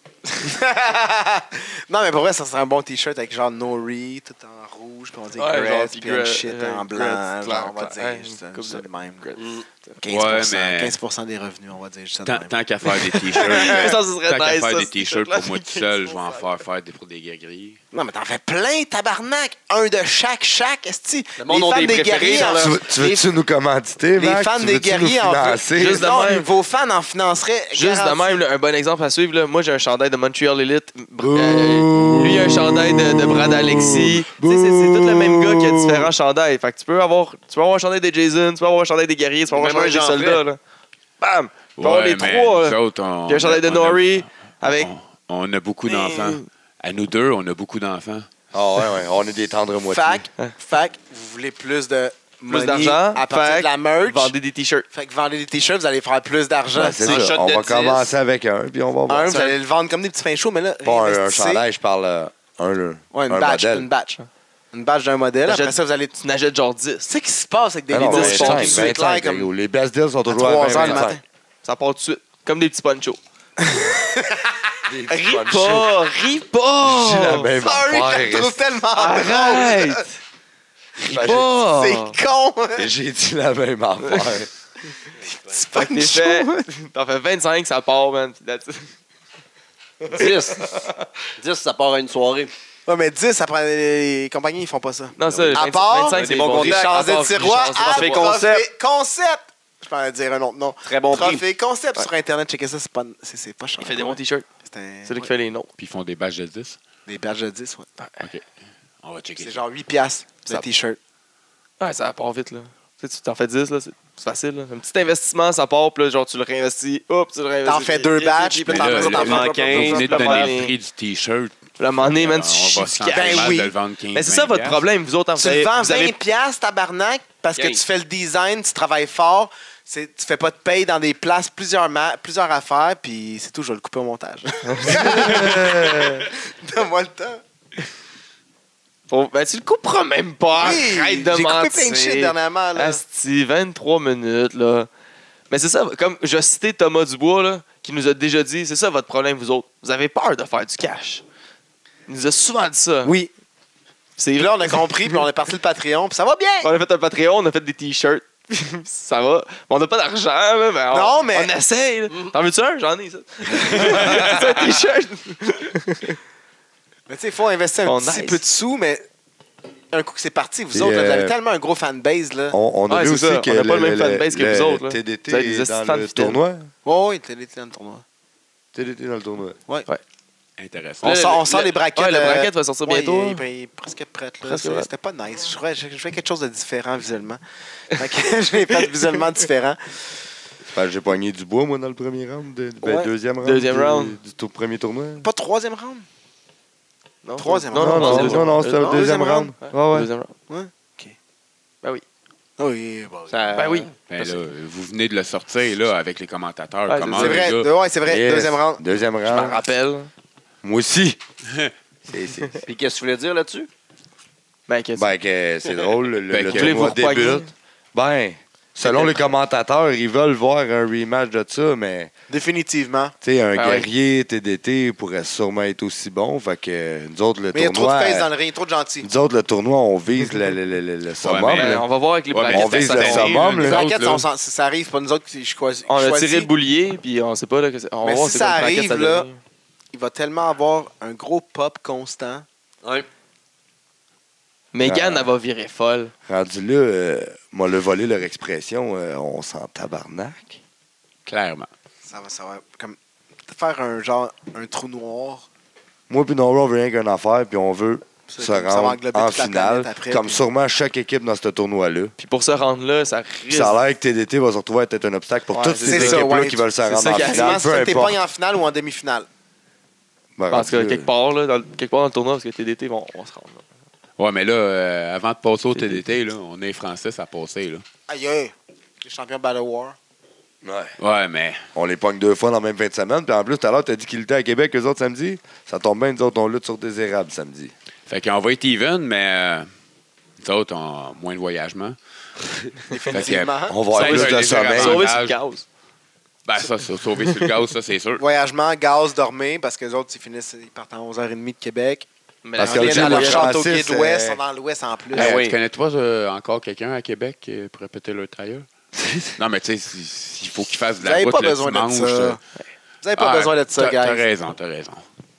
Non, mais pour vrai, ça serait un bon T-shirt avec genre Nori, tout en rouge, puis on dit Ouais, genre, Grets, puis puis un Gret- shit euh, en blanc. Grets, genre, clair, on va clair. dire juste Ouais, juste ça de même. Grets. quinze pour cent, Ouais, mais- quinze pour cent des revenus, on va dire juste ça de Tant, même. tant qu'à faire des t-shirts, Ça, euh, ce serait tant qu'à nice, faire ça, des ce t-shirts t-shirt-là, pour moi tout quinze seul, je vais pour en cent. faire faire des, pour des gris. Non, mais t'en fais plein, tabarnak! Un de chaque, chaque, esti. Le monde Les ont fans des des préférés guerriers dans en- leur- Tu veux- tu veux-tu nous commanditer, Les Mac? fans Tu des veux-tu guerriers nous en financer? Juste de Non, même. vos fans en financeraient. Juste de garanti. même, là, un bon exemple à suivre, là, moi j'ai un chandail de Montreal Elite. Br- euh, lui, il a un chandail de, de Brad Alexis. Tu sais, c'est c'est tout le même gars qui a différents chandails. Fait que tu peux avoir, tu peux avoir un chandail des Jason, tu peux avoir un chandail des guerriers, tu peux avoir un Même chandail un des Jean soldats. Là. Bam! Tu peux avoir les mais trois. nous là. autres, on, Puis un chandail de on a- Nori avec. On, on a beaucoup Mais- d'enfants. À nous deux, on a beaucoup d'enfants. Ah ouais, ouais, on est des tendres moitiés. Fac, fac, vous voulez plus de money d'argent, à partir fac, de la merch. Vendez des t-shirts. Fait que vendez des t-shirts, vous allez faire plus d'argent. Ben, c'est Un ça. shot On de va dix. commencer avec un, puis on va voir. Un, vous allez le vendre comme des petits pains chauds, mais là, Pas un, un réinvestissez. chandail, je parle euh, un, là. Ouais, une un batch, modèle. une batch. Une batch d'un modèle. Après T'achètes- ça, vous allez... Tu Tu n'achètes genre dix. sais ce qui se passe avec des Ah non, vidéos dix, qui font vingt-cinq, tout de suite clair vingt-cinq, comme gros. Les best deals sont à toujours à trois vingt, heures le vingt-cinq. matin. Ça part tout de suite. Comme des petits ponchos. Des petits Ris punchos. pas! Ris pas! J'ai la même Sorry, affaire, je la trouve reste- tellement drôle. Arrête! Ris Ben, pas! C'est con. J'ai dit la même affaire. C'est Fait que t'es fait. T'en fais vingt-cinq, ça part, man. Puis that's it. dix. dix, ça part à une soirée. Ouais, mais dix, ça prend... les compagnies, ils font pas ça. Non, ça, À vingt- part vingt-cinq, des c'est bons bon. contacts. Richard à part Z. Tiroir Richard Z. à Trophée Trophée Concept. Concept. Je peux en dire un autre nom. Très bon prix. Trophée Concept sur Internet. Checkez ça, c'est pas, c'est, c'est pas cher. Il fait des bons t-shirts. C'est un- C'est lui ouais. qui fait les noms. Puis ils font des badges de dix. Des badges de dix, ouais. OK. On va checker C'est ça. genre huit piastres le Ça- t-shirt. Ouais, ça part vite, là. Tu sais, tu t'en fais dix, là, c'est c'est facile. Là. Un petit investissement, ça part, puis là, genre, tu le réinvestis. Hop, tu le réinvestis. T'en fais deux batchs, puis Mais t'en là, fais là, t'en là, fais quinze, Vous venez de puis donner là, le prix du T-shirt. à un moment donné, man, Euh, tu on va se chies sentir Ben mal oui. de le vendre quinze. Mais c'est ça votre vingt problème, vous autres, en Tu fait. le vends Vous avez vingt piastres, tabarnak, parce que Quinze. tu fais le design, tu travailles fort, c'est, tu fais pas de paye dans des places, plusieurs, ma- plusieurs affaires, puis c'est tout, je vais le couper au montage. Donne-moi le temps. Faut- Ben, tu le couperas même pas. Oui, Arrête j'ai de coupé mentir. plein de shit dernièrement. Là. Asti, vingt-trois minutes, là. Mais c'est ça, comme je citais Thomas Dubois, là, qui nous a déjà dit, c'est ça votre problème, vous autres. Vous avez peur de faire du cash. Il nous a souvent dit ça. Oui. C'est Puis là, on a compris, puis on est parti le Patreon, puis ça va bien. On a fait un Patreon, on a fait des t-shirts. Ça va. Mais on n'a pas d'argent, là, mais on, Non, mais- on essaye. là. T'en veux-tu un? J'en ai, ça. C'est un t-shirt. Mais tu sais, il faut investir un Oh, petit nice. peu de sous, mais un coup que c'est parti, vous Puis, autres, là, vous euh, avez tellement un gros fanbase. Là. On, on a Ouais, vu c'est aussi ça. que On a pas le même le, fanbase que le- vous autres, là. T D T Vous avez des est dans fans le fidèles. tournoi. Oui, oui, t'es dans le tournoi. T D T dans le tournoi. Intéressant. On Le- sort, on le- sort les braquettes. ouais, le euh, bracket va sortir ouais, bientôt. Il, il- il est presque prêt. Là. Presque C'est- prêt. C'était pas nice. Je ferais, je, je ferais quelque chose de différent visuellement. Fait que je l'ai fait visuellement différent. Fait que j'ai pogné du bois, moi, dans le premier round. de- ben, Ouais. Deuxième round. Deuxième du, round. Du tout premier tournoi. Pas troisième round. Non, Troisième non, round. non, non, deuxième non, non, round. c'était le Non, deuxième deuxième round. round. Ouais, ouais. Deuxième round. Ouais. OK. Ben oui. Oui, bon, Ça- Ben oui. Ben là, vous venez de le sortir là, avec les commentateurs. Ouais, Comment c'est les vrai. gars- de- ouais, c'est vrai. Yes. Deuxième round. Deuxième Je m'en round. rappelle. Moi aussi. C'est- c'est- Puis qu'est-ce que tu voulais dire là-dessus? Ben, qu'est-ce Ben, que c'est drôle, le, Ben, le que- tournoi Voulez-vous repogner? débute. Ben, selon les commentateurs, ils veulent voir un rematch de ça, mais Définitivement. tu sais, un Ah ouais. guerrier T D T pourrait sûrement être aussi bon. Fait que nous autres, le Mais il y a trop de tournoi. face dans le ring, il y a trop de gentils. Nous autres, le tournoi, on vise le, le, le, le, le summum. mais- là. Ben, on va voir avec les Ouais, mais braquettes. on vise ça le va. summum, là, là. Les nous braquettes, autres, là. on s'en- ça arrive, c'est pas nous autres qui choisissons. On a tiré le boulier, puis on sait pas là, que c'est- on va Mais voir si c'est ça quoi le bracket, arrive, ça là, donne. Il va tellement avoir un gros pop constant. Ouais. Megan, Ah. elle va virer folle. Rendu là, euh, moi, le voler leur expression, euh, on s'en tabarnak. Clairement. Ça va, ça va comme faire un genre, un trou noir. Moi, puis Nora, on veut rien qu'une affaire, puis on veut Ça, se ça va rendre englober en toute la finale, planète après, comme puis- sûrement chaque équipe dans ce tournoi-là. Puis pour se rendre là, ça Puis risque. ça a l'air que T D T va se retrouver à être un obstacle pour Ouais, toutes c'est ces ça, équipes-là ouais. qui veulent se C'est rendre ça en qui finale, Quasiment, peu si t'es importe. pogné en finale ou en demi-finale. Ben, Je pense que rendu là, quelque part, là, dans, quelque part dans le tournoi, parce que T D T vont, vont se rendre. Là. Ouais, mais là, euh, avant de passer au T D T, là, on est les Français, ça a passé. Là. Aïe, aïe. Les champions Battle War. ouais. Ouais, mais On les pogne deux fois dans la même fin de semaine. Puis en plus, tout à l'heure, t'as dit qu'ils luttaient à Québec, eux autres, samedi. Ça tombe bien, nous autres, on lutte sur des érables samedi. fait qu'on va être even, mais euh, nous autres, on a moins de voyagement. Définitivement. On va avoir Ça, plus là, de les sommeil. érables. Sauver Avantage. sur le gaz. Ben, ça, ça, sauver sur le gaz, ça, c'est sûr. Voyagement, gaz, dormir, parce que les autres, ils finissent, ils partent à onze heures trente de Québec. Mais Parce la- que Ils le viennent dans leur Jim château Francis, qui est d'ouest, euh, sont dans l'ouest en plus. Euh, oui. Tu connais pas euh, encore quelqu'un à Québec qui pourrait péter leur tailleur? Non, mais tu sais, si- si- il faut qu'il fasse de Vous la n'avez route pas le besoin de dimanche. ça. euh, Vous n'avez pas ah, besoin de ça, t'as- T'as guys. raison, t'as raison.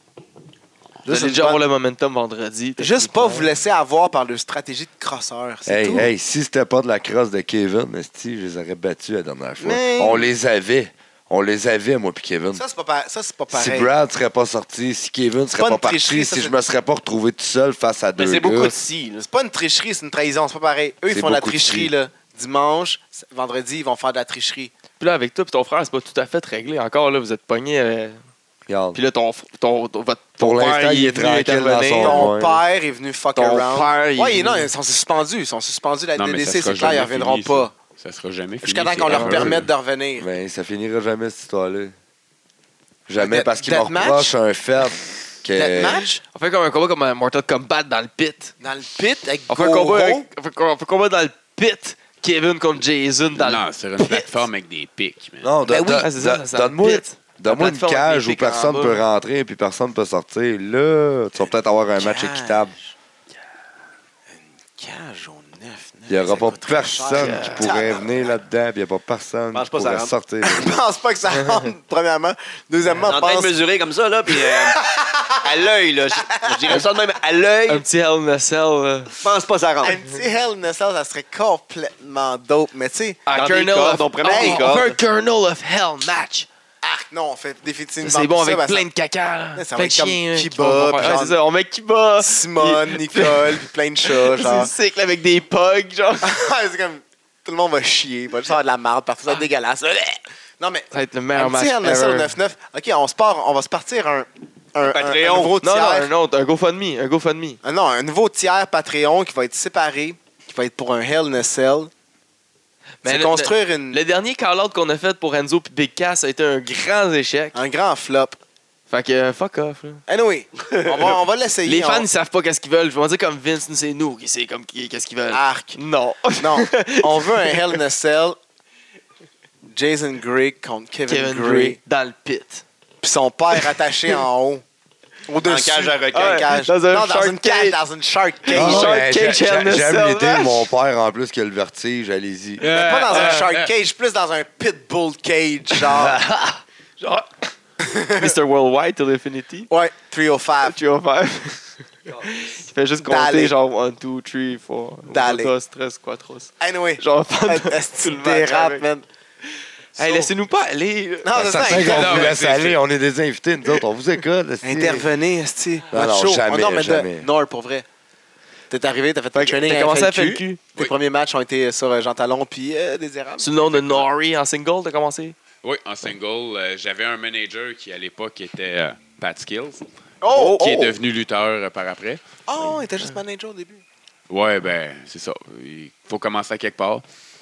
Vous allez Juste déjà une avoir bonne- le momentum vendredi. Juste pas vous laisser avoir par leur stratégie de crosseur. C'est Hey, tout. hey, si c'était pas de la crosse de Kevin, esti, je les aurais battus la dernière fois. Mais- On les avait. On les avait, moi puis Kevin. Ça, c'est pas, pa- ça, c'est pas Si pareil. Brad serait pas sorti, si Kevin serait pas pas, une parti, tricherie, ça, si c'est- je me serais pas retrouvé tout seul face à deux Mais c'est gars. beaucoup de si. là. C'est pas une tricherie, c'est une trahison. C'est pas pareil. Eux, ils C'est font de la beaucoup de tricherie. tri. Là. Dimanche, c- vendredi, ils vont faire de la tricherie. Puis là, avec toi et ton frère, c'est pas tout à fait réglé. Encore, là, vous êtes pognés. euh, Regarde. Puis là, ton, ton, ton, votre, ton Pour père, l'instant, il est venu tranquille dans intervenir. son- Ton ouais. père est venu fuck Ton around. père, il est Ouais, venu- non, ils sont suspendus. Ils sont suspendus. La Non, mais ça D D C, sera c'est clair, ils jamais reviendront fini, pas. Ça sera jamais fini. Jusqu'à temps c'est qu'on leur ever. permette de revenir. Ben, ça finira jamais cette histoire-là. Jamais, Death- parce qu'il me Deathmatch? reproche un fait que... Deathmatch, On fait comme un combat comme un Mortal Kombat dans le pit. dans le pit, avec On fait un combat, Goro. avec- on fait, on fait un combat dans le pit. Kevin contre Jason dans Non, le sur une pit. plateforme avec des pics. man. Non, Ben don- oui. don- Ah, c'est ça, don- ça donne-moi pit. donne-moi La une plateforme avec cage des où pics en personne bas. peut rentrer et puis personne peut sortir. Là, tu vas peut-être avoir un match Cage. équitable. Cage au neuf. Il n'y aura Ça pas coûte très personne cher. qui pourrait Tabarnak. venir là-dedans, puis il n'y a pas personne Je pense qui pas que ça pourrait rentre. sortir. Je pense pas que ça rentre, premièrement. Deuxièmement, En train pense... de mesurer comme ça, là, puis euh, à l'œil, là. Je, je dirais ça de même, à l'œil, Un petit Hell in a Cell. là. je pense pas que ça rentre. un petit Hell in a Cell, ça serait complètement dope. Mais tu sais, Un Dans des kernel cordes, of... on pourrait mettre Hey, des on cordes. fait un Kernel of Hell match. arc, Non, on fait définitivement C'est bon ça, avec ben, plein ça- de caca. là. Ouais, ça Plein va de être comme chiens. Kiba, Ouais, puis ouais, genre- c'est ça. On met Kiba. Simone, Nicole, puis plein de chats, genre. C'est cycle avec des pugs, genre. c'est comme. Tout le monde va chier, va juste avoir de la merde partout, ça va être dégueulasse. Non, mais. Ça va être le meilleur Un match petit Hell in a Cell ever. neuf neuf. Ok, on, se part, on va se partir un. Un, un, Patreon. un nouveau Non, non, tiers. un autre, un GoFundMe, un GoFundMe. Ah non, un nouveau tiers Patreon qui va être séparé, qui va être pour un Hell in a Cell. Mais C'est le- construire une, Le dernier call-out qu'on a fait pour Enzo puis Big Cass, ça a été un grand échec. un grand flop. Fait que euh, fuck off. Là. Anyway, on va, on va l'essayer. Les fans, on- ils savent pas qu'est-ce qu'ils veulent. Je vais dire comme Vince, nous, c'est nous qui c'est comme qui- qu'est-ce qu'ils veulent. Arc. Non. Non, on veut un Hell in a Cell. Jason Gray contre Kevin, Kevin Gray. Gray dans le pit. Puis son père attaché en haut. Au-dessus. En cage à requin. En Ouais, cage. dans un non, dans shark une cage, cage. dans une shark cage. Ah, Shark mais Cage j'ai- Hell in a j'ai- J'aime Cell, l'idée de vache. mon père en plus qui a le vertige, allez-y. Mais pas dans un Euh, shark euh, cage, plus dans un pitbull cage, genre. Genre. mister Worldwide till Infinity. Ouais, trois cent cinq. Tu vas faire. Il fait juste compter D'aller. genre un, deux, trois, quatre. D'aller. dos, trois, quatre. Anyway, Genre pendant est-ce tout que le tu match dérapes, avec. man? Hey, So- laissez-nous pas aller. là. Non, c'est ça, Certain qu'on exact. Non, vous mais laisse c'est- aller, on est des invités, nous autres, on vous écoute. esti. Intervenez, esti. Non, Votre non, show. jamais, Oh non, mais de- jamais. non, pour vrai. T'es arrivé, t'as fait ton Fait que training T'as à commencé à F L faire Q. le cul. Tes Oui. premiers matchs ont été sur euh, Jean Talon puis euh, des érables. Sous le nom de Nori en single, t'as commencé? Oui, en single. euh, J'avais un manager qui, à l'époque, était euh, Pat Skills, Oh! qui oh. est devenu lutteur euh, par après. Oh, il était juste manager au début. Ouais, ben, c'est ça. Il faut commencer à quelque part.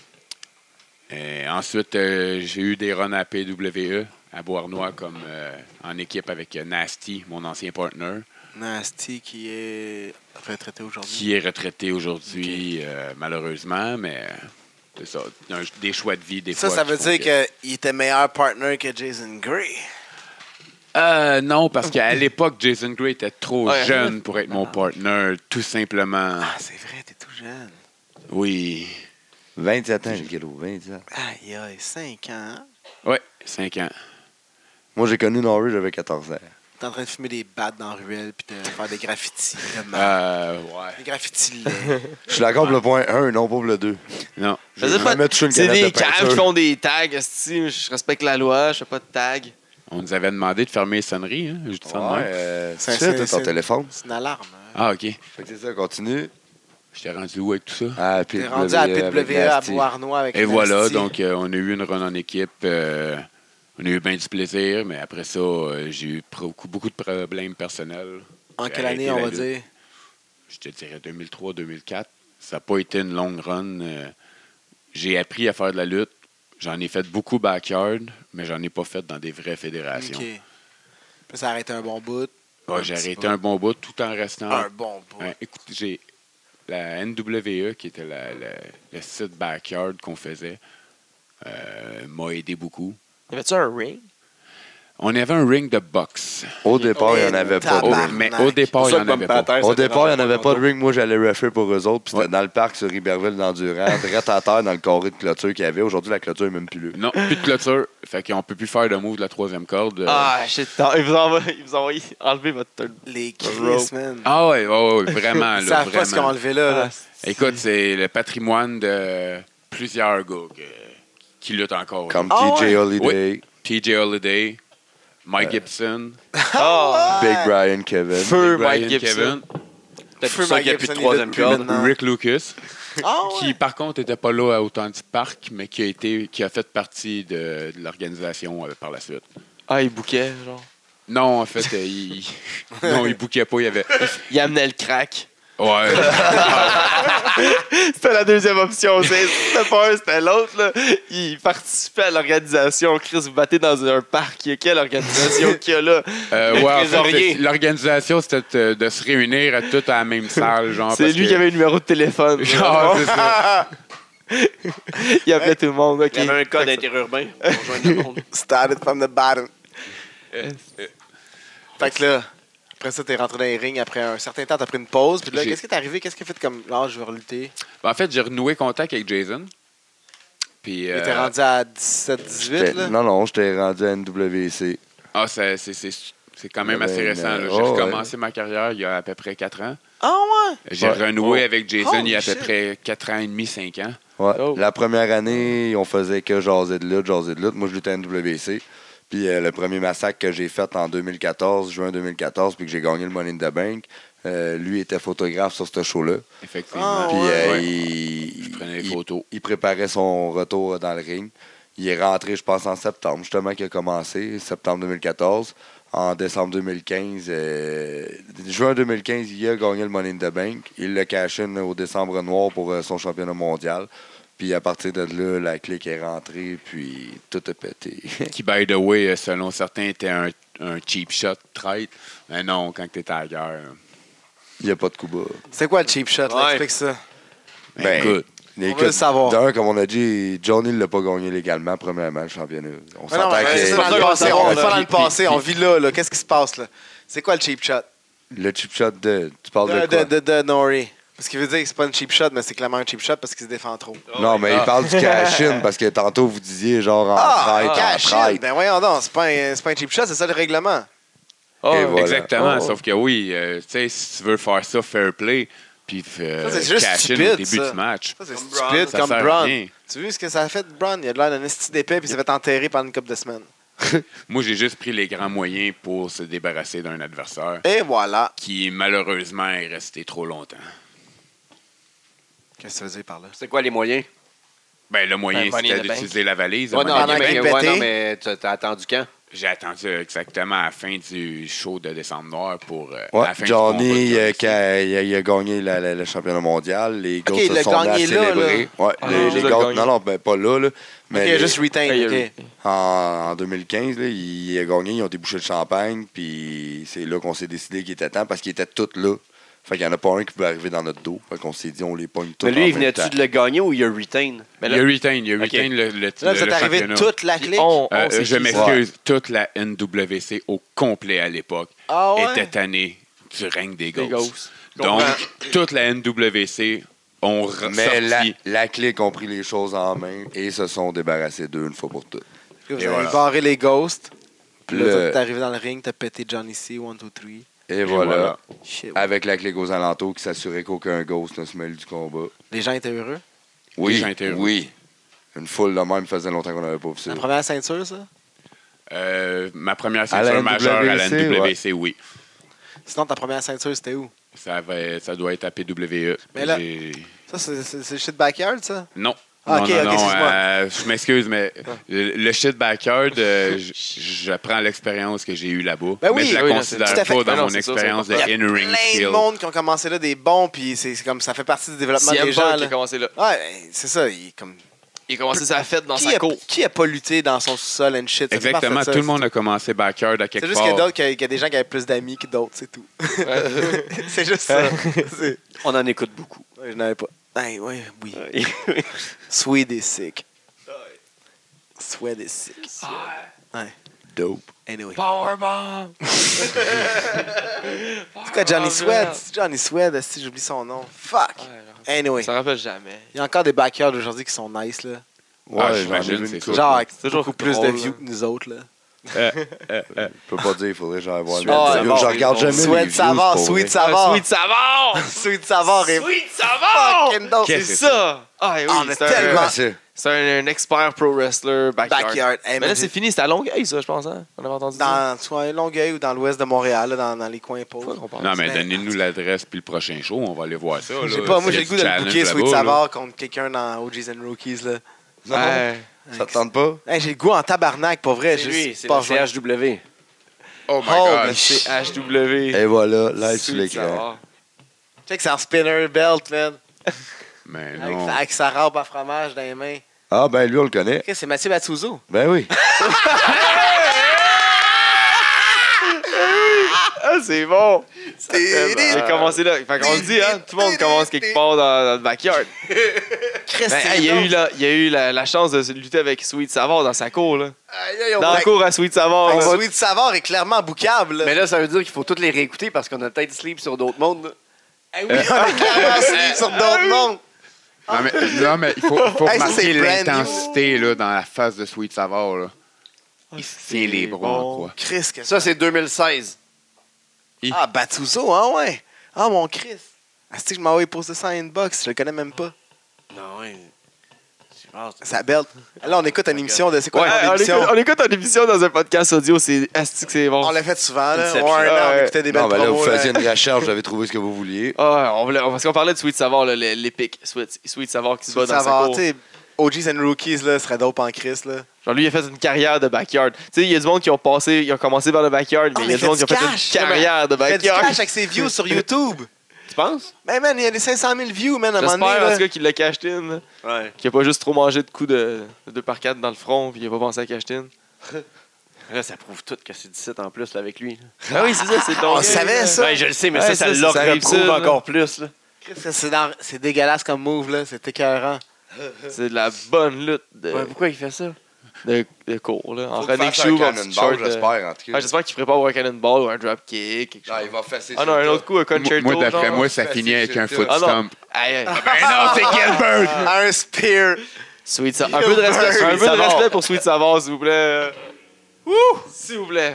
Et ensuite, euh, j'ai eu des runs à P W E, à Beauharnois, comme euh, en équipe avec euh, Nasty, mon ancien partner, Nasty qui est retraité aujourd'hui. qui est retraité aujourd'hui, euh, malheureusement, mais euh, c'est ça. Un- des choix de vie, des Ça, fois. ça qui veut font dire que- qu'il était meilleur partner que Jason Gray. Euh, non, parce qu'à l'époque, Jason Gray était trop Ouais. jeune pour être mon partner, tout simplement. Ah, c'est vrai, t'es tout jeune. Oui. vingt-sept ans, Giro, vingt-sept. Aïe, aïe, cinq ans. hein? Oui, cinq ans. Moi, j'ai connu Norrie, j'avais quatorze ans. T'es en train de fumer des battes dans la ruelle puis de faire des graffitis. de mal. Euh, ouais. Des graffitis laids. Je suis d'accord pour le point un, non pas pour le deux. Non. Je Je sais vais pas, jamais toucher une c'est canette des de caves peinture. qui font des tags, esti, je respecte la loi, je fais pas de tag. On nous avait demandé de fermer les sonneries, hein? Je dis ça de Ouais, même. euh, C'est- tu c'est- sais, t'as c'est- ton téléphone. C'est une alarme. hein. Ah, OK. Fait que c'est ça, continue. J'étais rendu où avec tout ça? Ah, T'es rendu à P W E à Beauharnois avec Et voilà, Nasty. donc euh, on a eu une run en équipe. euh, on a eu bien du plaisir, mais après ça, euh, j'ai eu pro- beaucoup, beaucoup de problèmes personnels. En J'ai quelle arrêté année, on la va lutte. dire? Je te dirais deux mille trois deux mille quatre. Ça n'a pas été une longue run. euh, j'ai appris à faire de la lutte. J'en ai fait beaucoup backyard, mais j'en ai pas fait dans des vraies fédérations. OK. Puis ça a arrêté un bon bout. Ouais, Un j'ai petit arrêté bout. un bon bout tout en restant. Un bon bout. Ouais, écoute, j'ai la N W E, qui était la- la- le site backyard qu'on faisait, euh, m'a aidé beaucoup. Y avait-tu un ring? On avait un ring de boxe. Au départ, il n'y en avait pas de Tabarnak. ring. Mais au départ, il n'y en avait pas. Au départ, il n'y en avait pas de ring. Moi, j'allais refer pour eux autres. Puis c'était Ouais. dans le parc sur Iberville, d'Endurant, direct à terre, dans le carré de clôture qu'il y avait. Aujourd'hui, la clôture n'est même plus là. Non, plus de clôture. Fait qu'on peut plus faire de move de la troisième corde. Ah, shit, non, ils vous envoient, ils vous envoient enlever votre turn. Les Rope. Chris, man. Ah ouais, ouais, ouais, vraiment. Ils là, savent pas ce qu'ils ont vraiment. enlevé là. là. Écoute, c'est le patrimoine de plusieurs gars que- qui luttent encore. Comme Ah T J ouais? Holiday, P J Holiday, Mike Gibson, Ah! Big Brian Kevin. Feu Brian Mike Gibson. Kevin, Peut-être Feu pour ça Mike qu'il n'y a plus de Gibson, troisième il est plus corde. maintenant. Rick Lucas, Ah qui ouais? par contre n'était pas là à Authentic Park, mais qui a, été, qui a fait partie de, de l'organisation euh, par la suite. Ah, il bouquait, genre. Non, en fait, euh, il, non, il bouquait pas, il y avait. Il amenait le crack. Ouais. C'était la deuxième option. c'est- C'était pas un, c'était l'autre. Là. Il participait à l'organisation. Chris, vous battez dans un parc. Il y a quelle organisation qu'il y a là? Euh, ouais, en fait, Trésorier. c'est- l'organisation, c'était de, de se réunir à toutes à la même salle. Genre, C'est parce lui que- qui avait le numéro de téléphone. Genre, c'est ça. Il appelait tout le monde. ok. Il y avait un code interurbain pour rejoindre le monde. Started from the bottom. Euh, Fait que là, après ça, t'es rentré dans les rings. Après un certain temps, t'as pris une pause. Puis là, J'ai- qu'est-ce qui t'est arrivé? Qu'est-ce qui a fait comme, là, je vais relutter? Ben, en fait, j'ai renoué contact avec Jason. Puis, Il euh, était rendu à dix-sept dix-huit, J'étais- là? Non, non, j'étais rendu à N W C. ah, c'est, c'est, c'est, c'est quand même Ben, assez récent. là. ben, J'ai oh, recommencé ma carrière il y a à peu près quatre ans. Ah ouais? J'ai Ouais. renoué Oh. avec Jason il y a à peu Holy shit. près quatre ans et demi, cinq ans. Ouais. Oh. La première année, on faisait que jaser de lutte, jaser de lutte. Moi, je luttais à N W C. Puis euh, le premier massacre que j'ai fait en deux mille quatorze, juin deux mille quatorze, puis que j'ai gagné le Money in the Bank, euh, lui était photographe sur ce show-là. Effectivement. Ah, Puis ouais. euh, Ouais. il, Je prenais les il- photos. il préparait son retour dans le ring. Il est rentré, je pense, en septembre, justement, qu'il a commencé, septembre deux mille quatorze. En décembre deux mille quinze, euh, juin deux mille quinze, il a gagné le Money in the Bank. Il le cash in au décembre noir pour euh, son championnat mondial. Puis à partir de là, la clique est rentrée, puis tout a pété. Qui, by the way, selon certains, était un, un cheap shot traite. Mais non, quand t'étais à la guerre. Il n'y a pas de coup bas. C'est quoi le cheap shot? Là? Ouais. Explique ça. Ben, Ben, écoute, Écoute, veut le savoir. D'un, comme on a dit, Johnny ne l'a pas gagné légalement, premièrement, le championnat. On Ouais, non, s'entend mais que c'est ça, pas dans le ça qu'on passé, veut on savoir, va là. dans le Puis- passé, puis- on vit là, là. Qu'est-ce qui se passe, là? C'est quoi le cheap shot? le chip shot de. Tu parles de, De, quoi? de, de, de Nori. Parce qu'il veut dire que c'est pas une cheap shot, mais c'est clairement un cheap shot parce qu'il se défend trop. Non, mais il parle du cash-in parce que tantôt vous disiez genre en Ah, traite, en cash in. traite. Ben voyons donc, c'est pas, un, c'est pas un cheap shot, c'est ça le règlement. Ah, Et voilà. exactement. Oh. Sauf que oui, euh, tu sais, si tu veux faire ça fair play, puis euh, Ça, c'est juste cash in stupide, au début ça. du match. Ça, c'est Comme stupide Ça comme sert à Braun. rien. Tu as vu ce que ça a fait, Braun? Il a de l'air d'un esti d'épée puis il s'est fait enterrer pendant une couple de semaines. Moi, j'ai juste pris les grands moyens pour se débarrasser d'un adversaire Et voilà. qui, malheureusement, est resté trop longtemps. Qu'est-ce que tu veux dire par là? C'est quoi les moyens? Ben, le moyen, Ben, Money in c'était the Bank. d'utiliser la valise. Ouais, Le non, Money in pendant the mais, qu'il Bank. ouais, pétait. non, mais t'as t'as attendu quand? J'ai attendu exactement à la fin du show de Décembre Noir pour. euh, Ouais, à la fin du combat Johnny, de euh, John qui a- il, a, il a gagné la- la- le championnat mondial. Les Ok, Ghosts il se l'a sont mis à gagné là, célébrer. Ouais, Ah, les, non, les il a Ghosts- gagné. non, non, ben, pas là. là Ok, mais il a les- juste retain. Hey, ok. il- en, en deux mille quinze, là, il a gagné, ils ont débouché le champagne, puis c'est là qu'on s'est décidé qu'il était temps parce qu'ils étaient tous là. Fait qu'il n'y en a pas un qui pouvait arriver dans notre dos. Fait qu'on s'est dit, on les pogne tous. Mais lui, en il même venait-tu temps. de le gagner ou il a retain? Mais il là, a retain, il a Ok. retain le, le, Là, le- vous êtes le arrivé championnat. toute la clique. on, on Euh, sait je qui c'est. m'excuse, toute la N W C au complet à l'époque Ah ouais? était tannée du règne des Les Ghosts. Ghosts. Donc, toute la N W C ont re- Mais la, sorti. la clique ont pris les choses en main et se sont débarrassés d'eux une fois pour toutes. Vous Et avez voilà. barré les ghosts. Puis là, Le- toi, t'es arrivé dans le ring, t'as pété Johnny C, one, two, three. Et voilà. voilà. Shit. Avec la clique aux alentours qui s'assurait qu'aucun ghost ne se mêle du combat. Les gens étaient heureux. Oui, Les gens étaient heureux. oui. Une foule de même faisait longtemps qu'on n'avait pas vu ça. La première ceinture, ça? Euh, ma première À la ceinture N W C, majeure à la N W C, oui. Sinon, ta première ceinture, c'était où? Ça, va- ça doit être à P W E. Mais là- J'ai- Ça, c'est c'est- c'est le shit backyard, ça? Non. Ah, non, ok, non, ok, non, excuse-moi. euh, je m'excuse, mais le, le shit backyard, euh, j- je prends l'expérience que j'ai eue là-bas. Ben oui, mais je la oui, là, considère c'est- tout à fait. pas Ben dans non, mon c'est ça, expérience c'est de important. Il y a in-ring plein skill. de monde qui ont commencé là, des bons, puis c'est c'est comme ça fait partie du développement C M des gens. Punk qui Là. a commencé là. Ouais, ben, c'est ça. Il, est comme... Il a commencé sa fête dans qui, sa a, cour. qui a pas lutté dans son sous-sol and shit? Ça fait Exactement, partie de ça, tout le c'est monde a commencé backyard à quelque C'est juste part. qu'il y a d'autres, qu'il y a- qu'il y a des gens qui avaient plus d'amis que d'autres, c'est tout. c'est juste ça. C'est- On en écoute beaucoup. Ouais, je n'avais pas. Ben, ouais, oui. Sweet is sick. Sweat is sick. Dope. Anyway. Powerbomb! C'est quoi Johnny Sweat? C'est Johnny Sweat, si j'oublie son nom. Fuck. Anyway. Ça rappelle jamais. Il y a encore des backyards aujourd'hui qui sont nice, là. Ouais, Ah, j'en ai j'imagine, vu une c'est couple. Genre, avec C'est toujours beaucoup plus drôle, de views là. que nous autres, là. Euh, euh, euh, Je peux pas dire, il faudrait que j'aille voir. Sweet le vidéo. Savard, Je regarde ils jamais ont- les Sweat views, Savard, pour Sweet vrai. Savard. Sweet Savard! Sweet Savard est Sweet Savard! fucking dope. Qu'est-ce C'est ça! Ah oui, Ah, mais c'est un, tellement- Ouais, c'est- c'est un, un expert pro wrestler backyard. Backyard. Hey, Mais man, là, c'est fini, c'était à Longueuil, ça, je pense, hein? On avait entendu ça. dans soit à Longueuil ou dans l'ouest de Montréal, là, dans, dans les coins pauvres. Faut qu'on parle Non, de ça. mais donnez-nous l'adresse puis le prochain show, on va aller voir ça. Je sais là. pas, moi S'il y j'ai a le goût du de le challenge booker Sweet là-bas, là. Savard contre quelqu'un dans O Gs and Rookies. Là. Non, Ouais. ça te tente pas? Hey, j'ai le goût en tabarnak, pour vrai. C'est juste lui, c'est pas le C H W. Oh my Oh, god. mais C'est H W. Et voilà, live sur Sweet l'écran. Savard. Check, c'est en spinner belt, man. Mais Avec, non. avec sa robe à fromage dans les mains. Ah, ben lui, on le connaît. Ok, c'est Mathieu Batsuzo. Ben oui. Ah, c'est bon! Il a commencé là. Fait qu'on le dit, hein? Tout le monde commence quelque part dans, dans le backyard. Chris, Ben, c'est hey, il y a donc- eu, la, il y a eu la, la chance de se lutter avec Sweet Savard dans sa cour, là. Aïe, aïe, on Dans va- la cour à Sweet Savard. Fait que là. Sweet Savard est clairement boucable. là. Mais là, ça veut dire qu'il faut toutes les réécouter parce qu'on a peut-être sleep sur d'autres mondes. là. Eh oui, on est clairement sleep sur d'autres mondes. Non, mais, non, mais il faut, il faut Hey, ça, remarquer c'est brand new. l'intensité là, dans la face de Sweet Savard. Là. Il se tient les bras en bon. croix. Chris, que Ça, c'est deux mille seize. Ah, Batsuzo, hein, ouais. Ah, mon Chris. Ah, c'est que je m'envoie poster ça en inbox, je le connais même pas. Non, ouais. Sa belt. Là, on écoute une émission de. C'est quoi Ouais, la on, émission? écoute, on écoute une émission dans un podcast audio, c'est asti que c'est bon. On l'a fait souvent, là. Inception. Ouais, non, on Ouais. écoutait des belles Non, ben là, vous promos, là. faisiez une recherche, vous avez trouvé ce que vous vouliez. Ah ouais, on voulait, parce qu'on parlait de Sweet Savard, là, l'épique Sweet, Sweet Savard qui se bat dans sa Savoir, cour. tu sais, O Gs and Rookies, là, serait dope en Chris, là. Genre lui, il a fait une carrière de backyard. Tu sais, il y a du monde qui ont passé, ils ont commencé vers le backyard, mais Ah, il y a mais du monde qui fait ont du fait cash. une carrière de Il fait du backyard. cash avec ses views sur YouTube. Tu penses? Mais man, il y a des cinq cent mille views, man, à un moment donné. J'espère en là. tout cas qu'il l'a cashed in, là. Ouais. Qu'il a pas juste trop mangé de coups de, de deux par quatre dans le front, puis il a pas pensé à cash in. Là, ça prouve tout que c'est dix-sept en plus là, avec lui. Ah oui, c'est ça, c'est On donc. savait ça. Ouais, je le sais, mais Ouais, ça, ça, ça, le ça arrive reprouve ça, là. encore plus. Là. Chris, ça, C'est dans- c'est dégueulasse comme move, là. C'est écœurant. C'est de la bonne lutte de, Ouais, pourquoi il fait ça? de, de cours, là. En Faut qu'il running fasse shoe, un en petit cannonball, short. de- j'espère, en tout cas. Ah, j'espère qu'il ferait pas un cannonball ou un dropkick, quelque chose. Non, il va fesser Ah sur non, le un tas. autre coup, un concerto. Moi, d'après genre. moi, ça Facile, finit avec c'est un tout. foot Ah non. stomp. Aïe, aïe. Ben non, c'est Gilbert! Un spear. Sweet Savard. Un peu de respect, un peu de Savard. respect pour Sweet Savard, s'il vous plaît. Wouh! S'il vous plaît.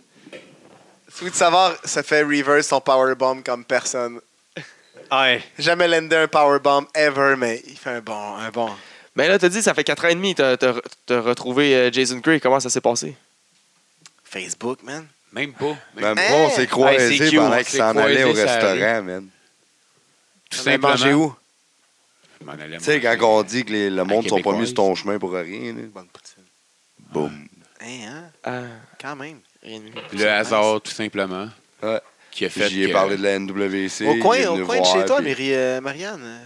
Sweet Savard se fait reverse son powerbomb comme personne. Ouais. Jamais landé un powerbomb ever, mais il fait un bon. Un bon. Mais là, t'as dit, ça fait quatre ans et demi, t'as t'as- t'as retrouvé euh, Jason Gray. Comment ça s'est passé? Facebook, man. Même pas. Même pas, Hein? on s'est Ouais, croisés c'est cute, pendant on qu'il s'est s'en allait au croisés, ça restaurant, man. Tout On a mangé simplement. où? Je m'en allais Tu sais, manger. quand on dit que les- le monde sont pas Québécoise. mis sur ton chemin pour rien, là. Bonne poutine. Boum. Hein, hein? Ah, Quand même. rien de mieux. Le hasard, tout simplement. Ouais. Qui a fait J'y ai que- parlé de la N W C. Au il est coin, venu au coin de voir, chez toi, puis- Mary- euh, Marianne. euh.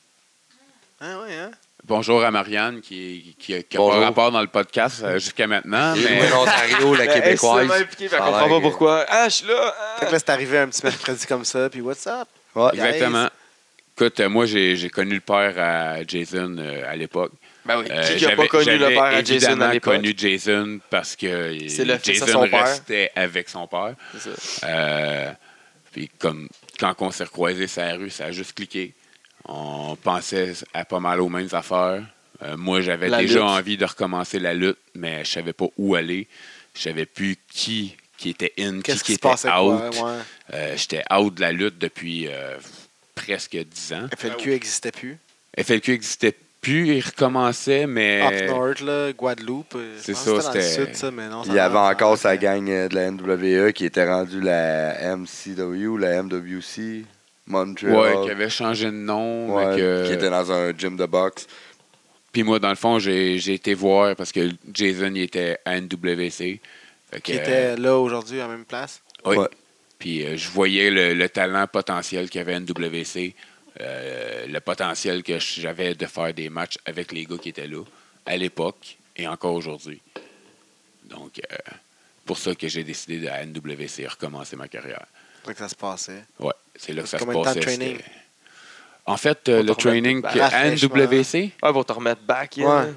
Hein, ouais, hein? Bonjour à Marianne, qui qui a, qui a Bonjour. pas rapport dans le podcast euh, jusqu'à maintenant. Et Mais moi, l'Ontario, la Ben, elle, québécoise. c'est impliquée, fait Ça a qu'on comprend l'air, pas pourquoi. Ah, je suis là. Fait que là, c'est arrivé un petit mercredi comme ça, puis what's up? Ouais. exactement. Écoute, euh, moi, j'ai j'ai connu le père à Jason euh, à l'époque. Ben oui. Euh, Qui qui a pas j'avais- connu le j'avais père à Jason évidemment à l'époque? connu Jason parce que C'est le fils à Jason son père. restait avec son père. C'est ça. Euh, puis comme quand on s'est recroisés sur la rue, ça a juste cliqué. On pensait à pas mal aux mêmes affaires. Euh, moi, j'avais La déjà lutte. envie de recommencer la lutte, mais je savais pas où aller. Je savais plus qui, qui était in, qui, Qu'est-ce qui qui se était passait, out. quoi? Ouais. Euh, J'étais out de la lutte depuis euh, presque dix ans. F L Q n'existait plus. F L Q n'existait plus, il recommençait, mais Up North, là, Guadeloupe. euh, je C'est pense ça, que c'était dans le c'était- sud, ça, mais non. ça Il y avait va- encore ça- sa gang euh, de la N W E qui était rendue la M C W, la M W C, Montreal. ouais, qui avait changé de nom. Ouais, mais que- qui était dans un gym de boxe. Puis moi, dans le fond, j'ai j'ai été voir parce que Jason il était à N W C. Fait Qui que, était là aujourd'hui, à la même place. Oui. Ouais. Puis euh, je voyais le, le talent potentiel qu'avait N W C, euh, le potentiel que j'avais de faire des matchs avec les gars qui étaient là à l'époque et encore aujourd'hui. Donc, euh, pour ça que j'ai décidé de à N W C recommencer ma carrière. C'est là que ça se passait. Ouais, c'est là que ça se Combien de temps de passait. training? c'était- En fait, euh, Pour le te remettre training back. que- à N W C, Ouais, pour te remettre back. Ouais. hein.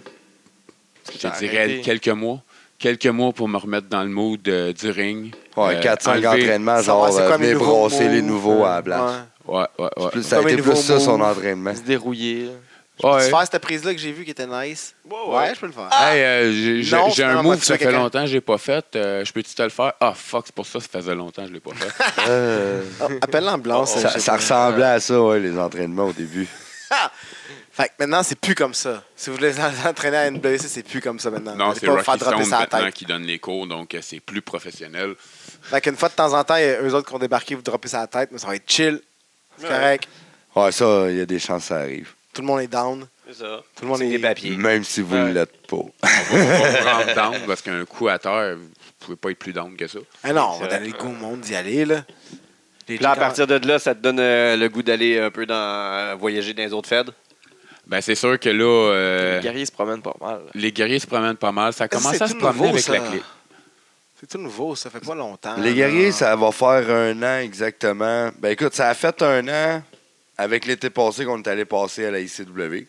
je T'as te dirais arrêté. quelques mois. Quelques mois pour me remettre dans le mood euh, du ring. Ouais, Euh, quatre cinq enlever- entraînements, Savoir genre, c'est quoi euh, mes venir nouveaux brasser les moves, nouveaux à la euh, place. ouais. Ouais, ouais, ouais. Plus, ça a Comme été les plus nouveaux ça, son moves. entraînement. Se dérouiller. là. Peux-tu Ouais. faire cette prise-là que j'ai vue qui était nice? Ouais, je peux le faire. Hey, euh, j'ai j'ai- Non, j'ai un finalement, move tu que ça fais fait quelqu'un. longtemps que je l'ai pas fait. Euh, je peux-tu te le faire? Ah, fuck, c'est pour ça que ça faisait longtemps que je l'ai pas fait. Euh, Oh, appelle l'ambulance. ça, je sais ça pas. ressemblait à ça, ouais, les entraînements au début. Fait que maintenant, c'est plus comme ça. Si vous voulez entraîner à N W C, c'est plus comme ça maintenant. non, Vous allez c'est pas Rocky faire dropper Stone sa maintenant tête. qui donne les cours, donc euh, c'est plus professionnel. Fait qu'une fois de temps en temps, il y a eux autres qui ont débarqué, vous droppez sa tête, mais ça va être chill. C'est correct. Ouais, ça, il y a des chances que ça arrive. Tout le monde est down. C'est ça. Tout le monde C'est est. des papiers. Même si vous ne Ouais. l'êtes pas. On va pas vous rendre down parce qu'un coup à terre, vous pouvez pas être plus down que ça. Ah non, on va C'est donner le goût au monde d'y aller, là. Les Puis là, à gens- partir de là, ça te donne euh, le goût d'aller un peu dans euh, voyager dans les autres feds. Ben, c'est sûr que là, euh, Les guerriers se promènent pas mal. les guerriers se promènent pas mal. Ça Ça, commence c'est à se tout promener nouveau, avec ça. la clé. C'est tout nouveau, ça fait pas longtemps. Les là. guerriers, ça va faire un an exactement. Ben écoute, ça a fait un an avec l'été passé qu'on est allé passer à la I C W.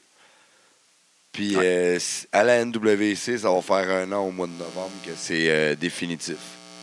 Puis euh, à la N W C, ça va faire un an au mois de novembre que c'est euh, définitif.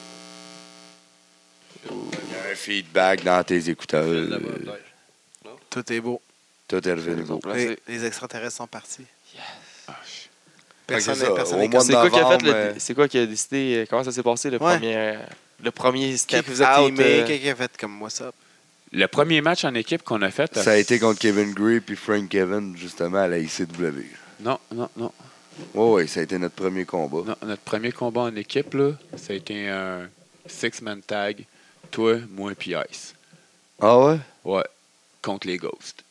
Il y a un feedback dans tes écouteurs. Tout est beau. Tout est revenu. Ils ont Les, placé. les extraterrestres sont partis. Ah, je- Personne Fait que c'est n'est ça, personne au n'est mois de C'est quoi qui a fait novembre, le- euh, C'est quoi qui a décidé euh, comment ça s'est passé le Ouais. premier euh, le premier Qui step qui vous a out, teamé? euh, Qui qui a fait comme moi ça? Le premier match en équipe qu'on a fait, Ça a été contre Kevin Gray puis Frank Kevin, justement, à la I C W. Non, non, non. Oui, oui, ça a été notre premier combat. Non, notre premier combat en équipe, là, ça a été un six-man tag. Toi, moi puis Ice. Ah ouais? Ouais. Contre les Ghosts.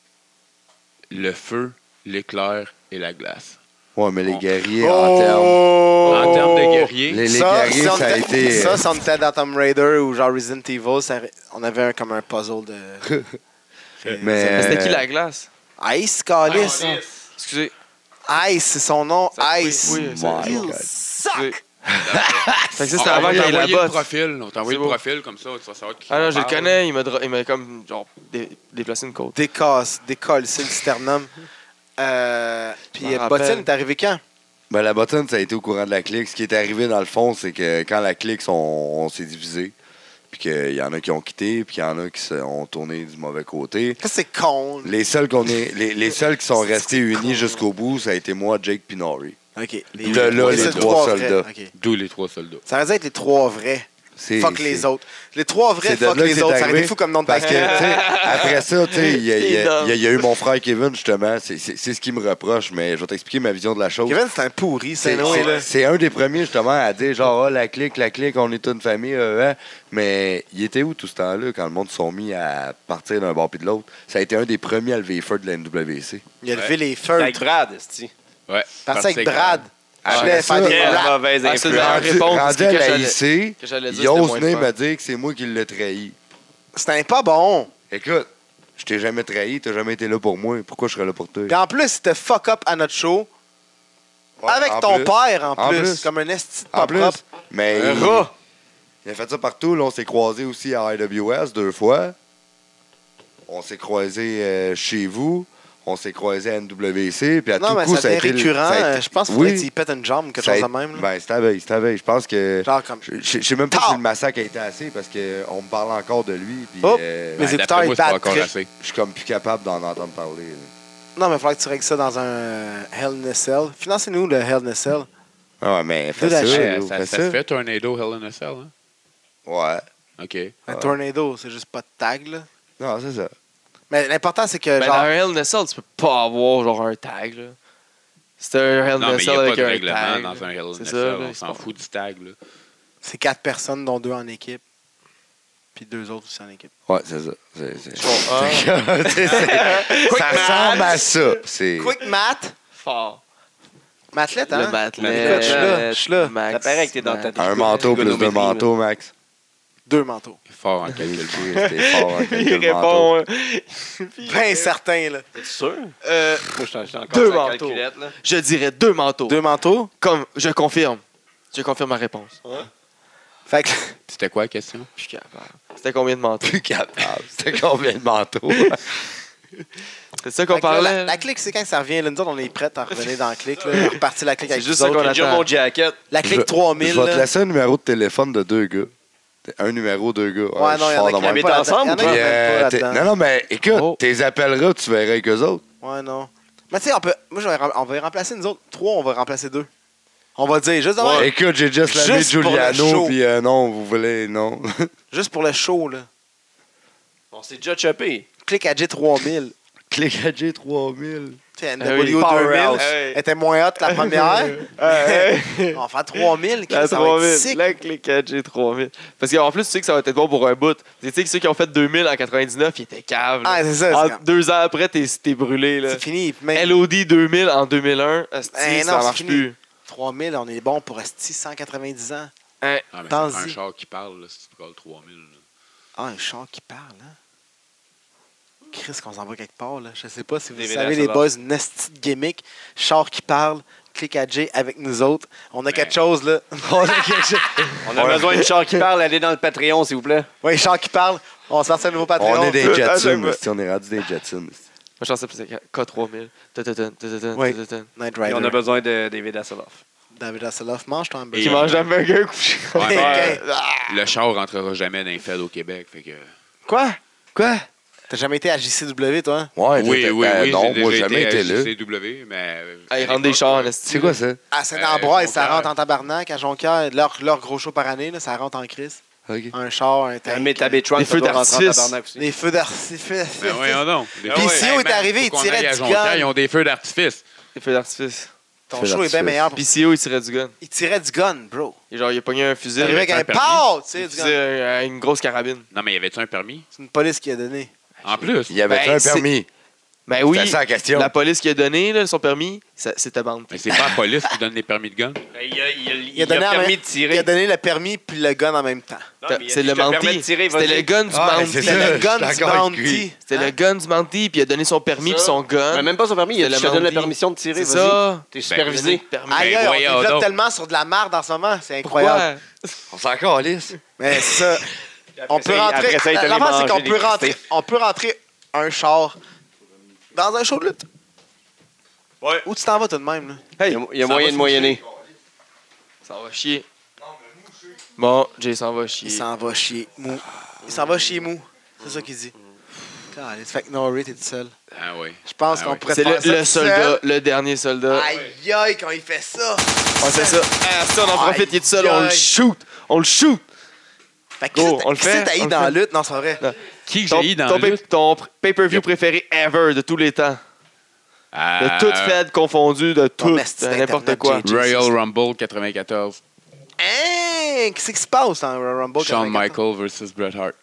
Le feu, l'éclair et la glace. Ouais, mais les Oh. guerriers, en termes... En termes de guerriers, Les, les Ça, guerriers, si on ça a était- été... Ça, si on était dans Tomb Raider ou genre Resident Evil, ça- on avait un, comme un puzzle de. Mais, Mais c'était qui euh, la glace? Ice, Calis. Excusez. Ice, c'est son nom. Ça- oui, Ice. oui, ça- My You God. suck. Fait que ça, c'était on avant va qu'il y ait la t'envoyer le botte. profil. On t'a envoyé C'est le beau. profil comme ça, tu vas savoir qui Ah non, on je le parle. connais, il m'a dra- il m'a comme genre dé- déplacé une côte. Décasse, décolle, c'est le sternum. Euh, Puis Je m'en Bottine, rappelle. t'es arrivé quand? Ben, la bottom, ça a été au courant de la clique. Ce qui est arrivé, dans le fond, c'est que quand la clique, on, on s'est divisé. Puis qu'il y en a qui ont quitté, puis qu'il y en a qui se- ont tourné du mauvais côté. Qu'est-ce que c'est con? Les seuls, qu'on est, les, les seuls qui sont restés unis jusqu'au bout, ça a été moi, Jake puis Nori. Ok. De là, les c'est trois vrais. soldats. Ok. D'où les trois soldats. Ça aurait dû être les trois vrais. C'est- Fuck c'est- les autres. Les trois vrais, C'est de fuck là que les c'est autres. Ça aurait arrivé, été fou comme nom de Parce que, tu paquet. sais, après ça, tu sais, il y, a- il y a- C'est il y a- il y a eu énorme. mon frère Kevin, justement. C'est c'est- c'est ce qu'il me reproche, mais je vais t'expliquer ma vision de la chose. Kevin, c'est un pourri, c'est C'est Noé, là. c'est- c'est un des premiers, justement, à dire genre, ah, la clique, la clique, on est toute une famille. euh, hein. Mais il était où tout ce temps-là quand le monde se sont mis à partir d'un bord puis de l'autre? Ça a été un des premiers à lever les feux de la N W C. Il a Ouais. levé les Avec feutres. Brad, esti. Ouais. Parti avec Brad. Brad. Ah, Je voulais ben faire ça, des Quelle raps. mauvaise Ah, c'est influence. la Rendu, réponse, rendu c'est à que la j'allais- I C, que j'allais dire, il c'était ose moins venir fun. me dire que c'est moi qui l'ai trahi. C'était pas bon. Écoute, je t'ai jamais trahi, t'as jamais été là pour moi. Pourquoi je serais là pour toi? Puis en plus, c'était fuck up à notre show. Ouais, avec en ton plus. père, en, En plus. plus. Comme un esti de En pas plus, propre. mais Un il, rat. il a fait ça partout. Là, on s'est croisés aussi à I W S deux fois. On s'est croisés euh, chez vous. On s'est croisés à N W C. Puis à Non, tout mais coup, ça ça a devient été... récurrent. ça a été- Je pense qu'il faudrait Oui. qu'il pète une jambe, quelque Ça a chose de été- même. là. Ben, c'était la veille, c'était la veille. Je pense que... Genre comme. Je je- je sais même pas Tard. si le massacre a été assez parce qu'on me parle encore de lui. Puis, Oh, euh, mais- Ben, Les écouteurs, d'après moi, ils c'est pas battent encore très- assez. je suis comme plus capable d'en entendre parler. là. Non, mais il faudrait que tu règles ça dans un euh, Hell in a Cell. Financez-nous le Hell in a Cell. Ah ouais, mais fais De la ça, shit. Ouais, là, ça, fais ça ça. se fait Tornado Hell in a Cell, hein? Ouais. OK. Un Ah. tornado, c'est juste pas de tag, là. Non, c'est ça. Mais l'important, c'est que, Ben, genre. dans un Hell in a Cell, tu peux pas avoir genre un tag, là. C'est un Hell in Non, a mais il n'y Cell a pas avec de un règlement tag. dans un Hell in a C'est ça, Cell. là, On c'est s'en pas- fout du tag, là. C'est quatre personnes, dont deux en équipe. Puis deux autres aussi en équipe. Ouais, c'est ça. C'est, c'est... Ah. C'est- c'est- ça ressemble à ça. C'est... Quick math. Fort. Mathlet, hein? Le matlet. Écoute, je suis là, je suis là. Max, Ça paraît que t'es dans ta Max. Un manteau plus de Économétrie, manteau, Max. Deux manteaux. Fort en calcul. C'était fort en Il calcul manteau. répond. hein. Ben certain, là. T'es sûr? Euh, Moi, je suis- je suis encore Deux sur la manteaux. calculette, là. je dirais deux manteaux. Deux manteaux. Comme, je confirme. Je confirme ma réponse. Fait que. C'était quoi la question? Je suis capable. C'était combien de manteaux? Plus capable. C'était combien de manteaux? C'est ça qu'on Fait que là, parlait. La, la clique, c'est quand ça revient. Là, nous autres, on est prêts à revenir dans la clique. Là, à repartir la clique C'est avec juste vous ça qu'on autres. a- J'ai déjà mon jacket. La clique trois mille. Je vais te là. laisser un numéro de téléphone de deux gars. Un numéro, deux gars. Ouais, non, il y en a qui même. n'aiment pas pas ensemble là-dedans. ou Il y en a qui Puis, n'aiment euh, pas t'es- là-dedans. non, non, mais écoute, Oh. tes appelleras, tu verras avec eux autres. Ouais, non. Mais tu sais, on peut. Moi, je vais rem- on va y remplacer nous autres. Trois, on va remplacer deux. On va dire juste, de même, Écoute, j'ai déjà slamé Juste pour le Giuliano, show. puis euh, non, vous voulez, non. juste pour le show, là. On s'est déjà chopé. Clique à J trois mille. Click à J trois mille. Tu sais, N Ah oui, W deux mille Powerhouse. était moins hot que la première. Ouais. On va faire trois mille. La Ça va trois être mille. sick. La clique à G trois mille. Parce qu'en plus, tu sais que ça va être bon pour un bout. Tu sais que ceux qui ont fait deux mille en quatre-vingt-dix-neuf, ils étaient caves. là. Ah, c'est ça. En c'est comme- deux ans après, t'es, t'es brûlé. Là. C'est fini. Puis même L O D deux mille en deux mille un, asti, Eh non, ça c'est marche fini. plus. trois mille, on est bon pour rester cent quatre-vingt-dix ans. Hein, Ah, mais Pense-y. c'est un char qui parle, là, si tu colles trois mille. là. Ah, un char qui parle, hein? Chris, qu'on s'en va quelque part, là. Je sais pas si vous David savez, les Hasselhoff. boys, une esti de gimmick. Char qui parle, clique à J avec nous autres. On a quelque chose, là. On a quelque chose. On a besoin d'une char qui parle. Allez dans le Patreon, s'il vous plaît. Oui, char qui parle. On sort un nouveau Patreon. On est des à chaque Jetsons, fois. si on est rendu des Jetsons. moi, je pensais que c'était K trois mille. Tututun, tututun, Oui. tututun. Night Et on a Rider. besoin de David Hasselhoff. David Hasselhoff, mange ton Qui Et- hamburger. mange un burger couché. Ouais, mais, Ouais. euh, le char rentrera jamais dans les feds au Québec. Fait que... Quoi? Quoi? T'as jamais été à J C W, toi? Ouais, Oui, t'étais- oui, ben oui. non, j'ai moi, déjà jamais été à là. J C W, mais... Ah, ils rentrent des chars en esti. C'est quoi ça? À Saint-Ambroise, Euh, ça Jonquière. rentre en tabarnak. À Jonquière, leur, leur gros show par année, là, ça rentre en crise. Ok. Un char, un Un tank. Metabitron, Des ça feux doit rentrer en d'artifice. tabarnak aussi. Les feux d'artifice. Ben voyons donc. Des Puis feux- si Hey, on est man, arrivé, faut il qu'on tirait aille à du Jonquière, gun. Ils ont des feux d'artifice. Il fait d'artifice. Ton Feu show est bien d'artifice. meilleur. Pour... Puis C O, il tirait du gun. Il tirait du gun, bro. Et genre, il a pogné un fusil. Il arrivait avec un un permis. pow! Tu sais, Il du faisait gun. euh, une grosse carabine. Non, mais y avait-tu un permis? C'est une police qui a donné. En plus. Il y avait Ben, un c'est- permis. Ben oui, C'était ça la question. la police qui a donné là, son permis, ça- c'était bande. Mais c'est pas la police qui donne les permis de gun. Il a, il a- Il a donné, en permis même- de tirer. il a donné le permis puis le gun en même temps. Non, mais il a C'est dit, le je te permets Mountie. de tirer, C'était vas-y. le gun du Ah, Mountie. c'est C'était ça. le gun je suis du d'accord avec lui. Mountie. C'était Hein? le gun du Mountie, puis il a donné son permis Ça. puis son gun. Mais même pas son permis, il a dit, C'était je te le donne la Mountie. permission de tirer, C'est vas-y. ça. T'es Il a donné supervisé. le permis. Aïe, Ben, aïe, on voyons développe donc. tellement sur de la merde en ce moment. C'est incroyable. Pourquoi? On s'en calisse. Mais c'est ça. On peut ça, rentrer. après ça, il est allé L'affaire, c'est manger qu'on des peut rentrer, cristés. on peut rentrer un char dans un show de lutte. Ouais. Où tu t'en vas tout de même, là? Hey, Il y a, il y a ça moyen va de se moyenner. Ça va chier. Bon, Jay s'en va chier. Il s'en va chier mou. Il s'en va chier mou. C'est ça qu'il dit. Caliste. Fait que Norrie, t'es tout seul. Ah oui. Je pense Ah qu'on ouais. pourrait C'est faire le, ça le tout soldat, seul. le dernier soldat. Aïe, aïe, quand il fait ça. On fait ça. Ah, ça, on en profite, il est tout seul, on le Aïe. shoot. On le shoot. Fait que Go, qui on le c'est- fait, qui c'est t'as on eu le dans la fait. lutte? Non, c'est pas vrai. Qui que Ton, j'ai eu dans ton la pay- lutte? ton pr- pay-per-view Yep. préféré ever de tous les temps. Ah, De toutes fêtes confondues, de tout, mais c'est de n'importe Internet, quoi. J J. Royal Rumble quatre-vingt-quatorze. Hein? Qu'est-ce qui se passe dans le Rumble? Shawn quatre-vingt-quatorze? Michael versus Bret Hart.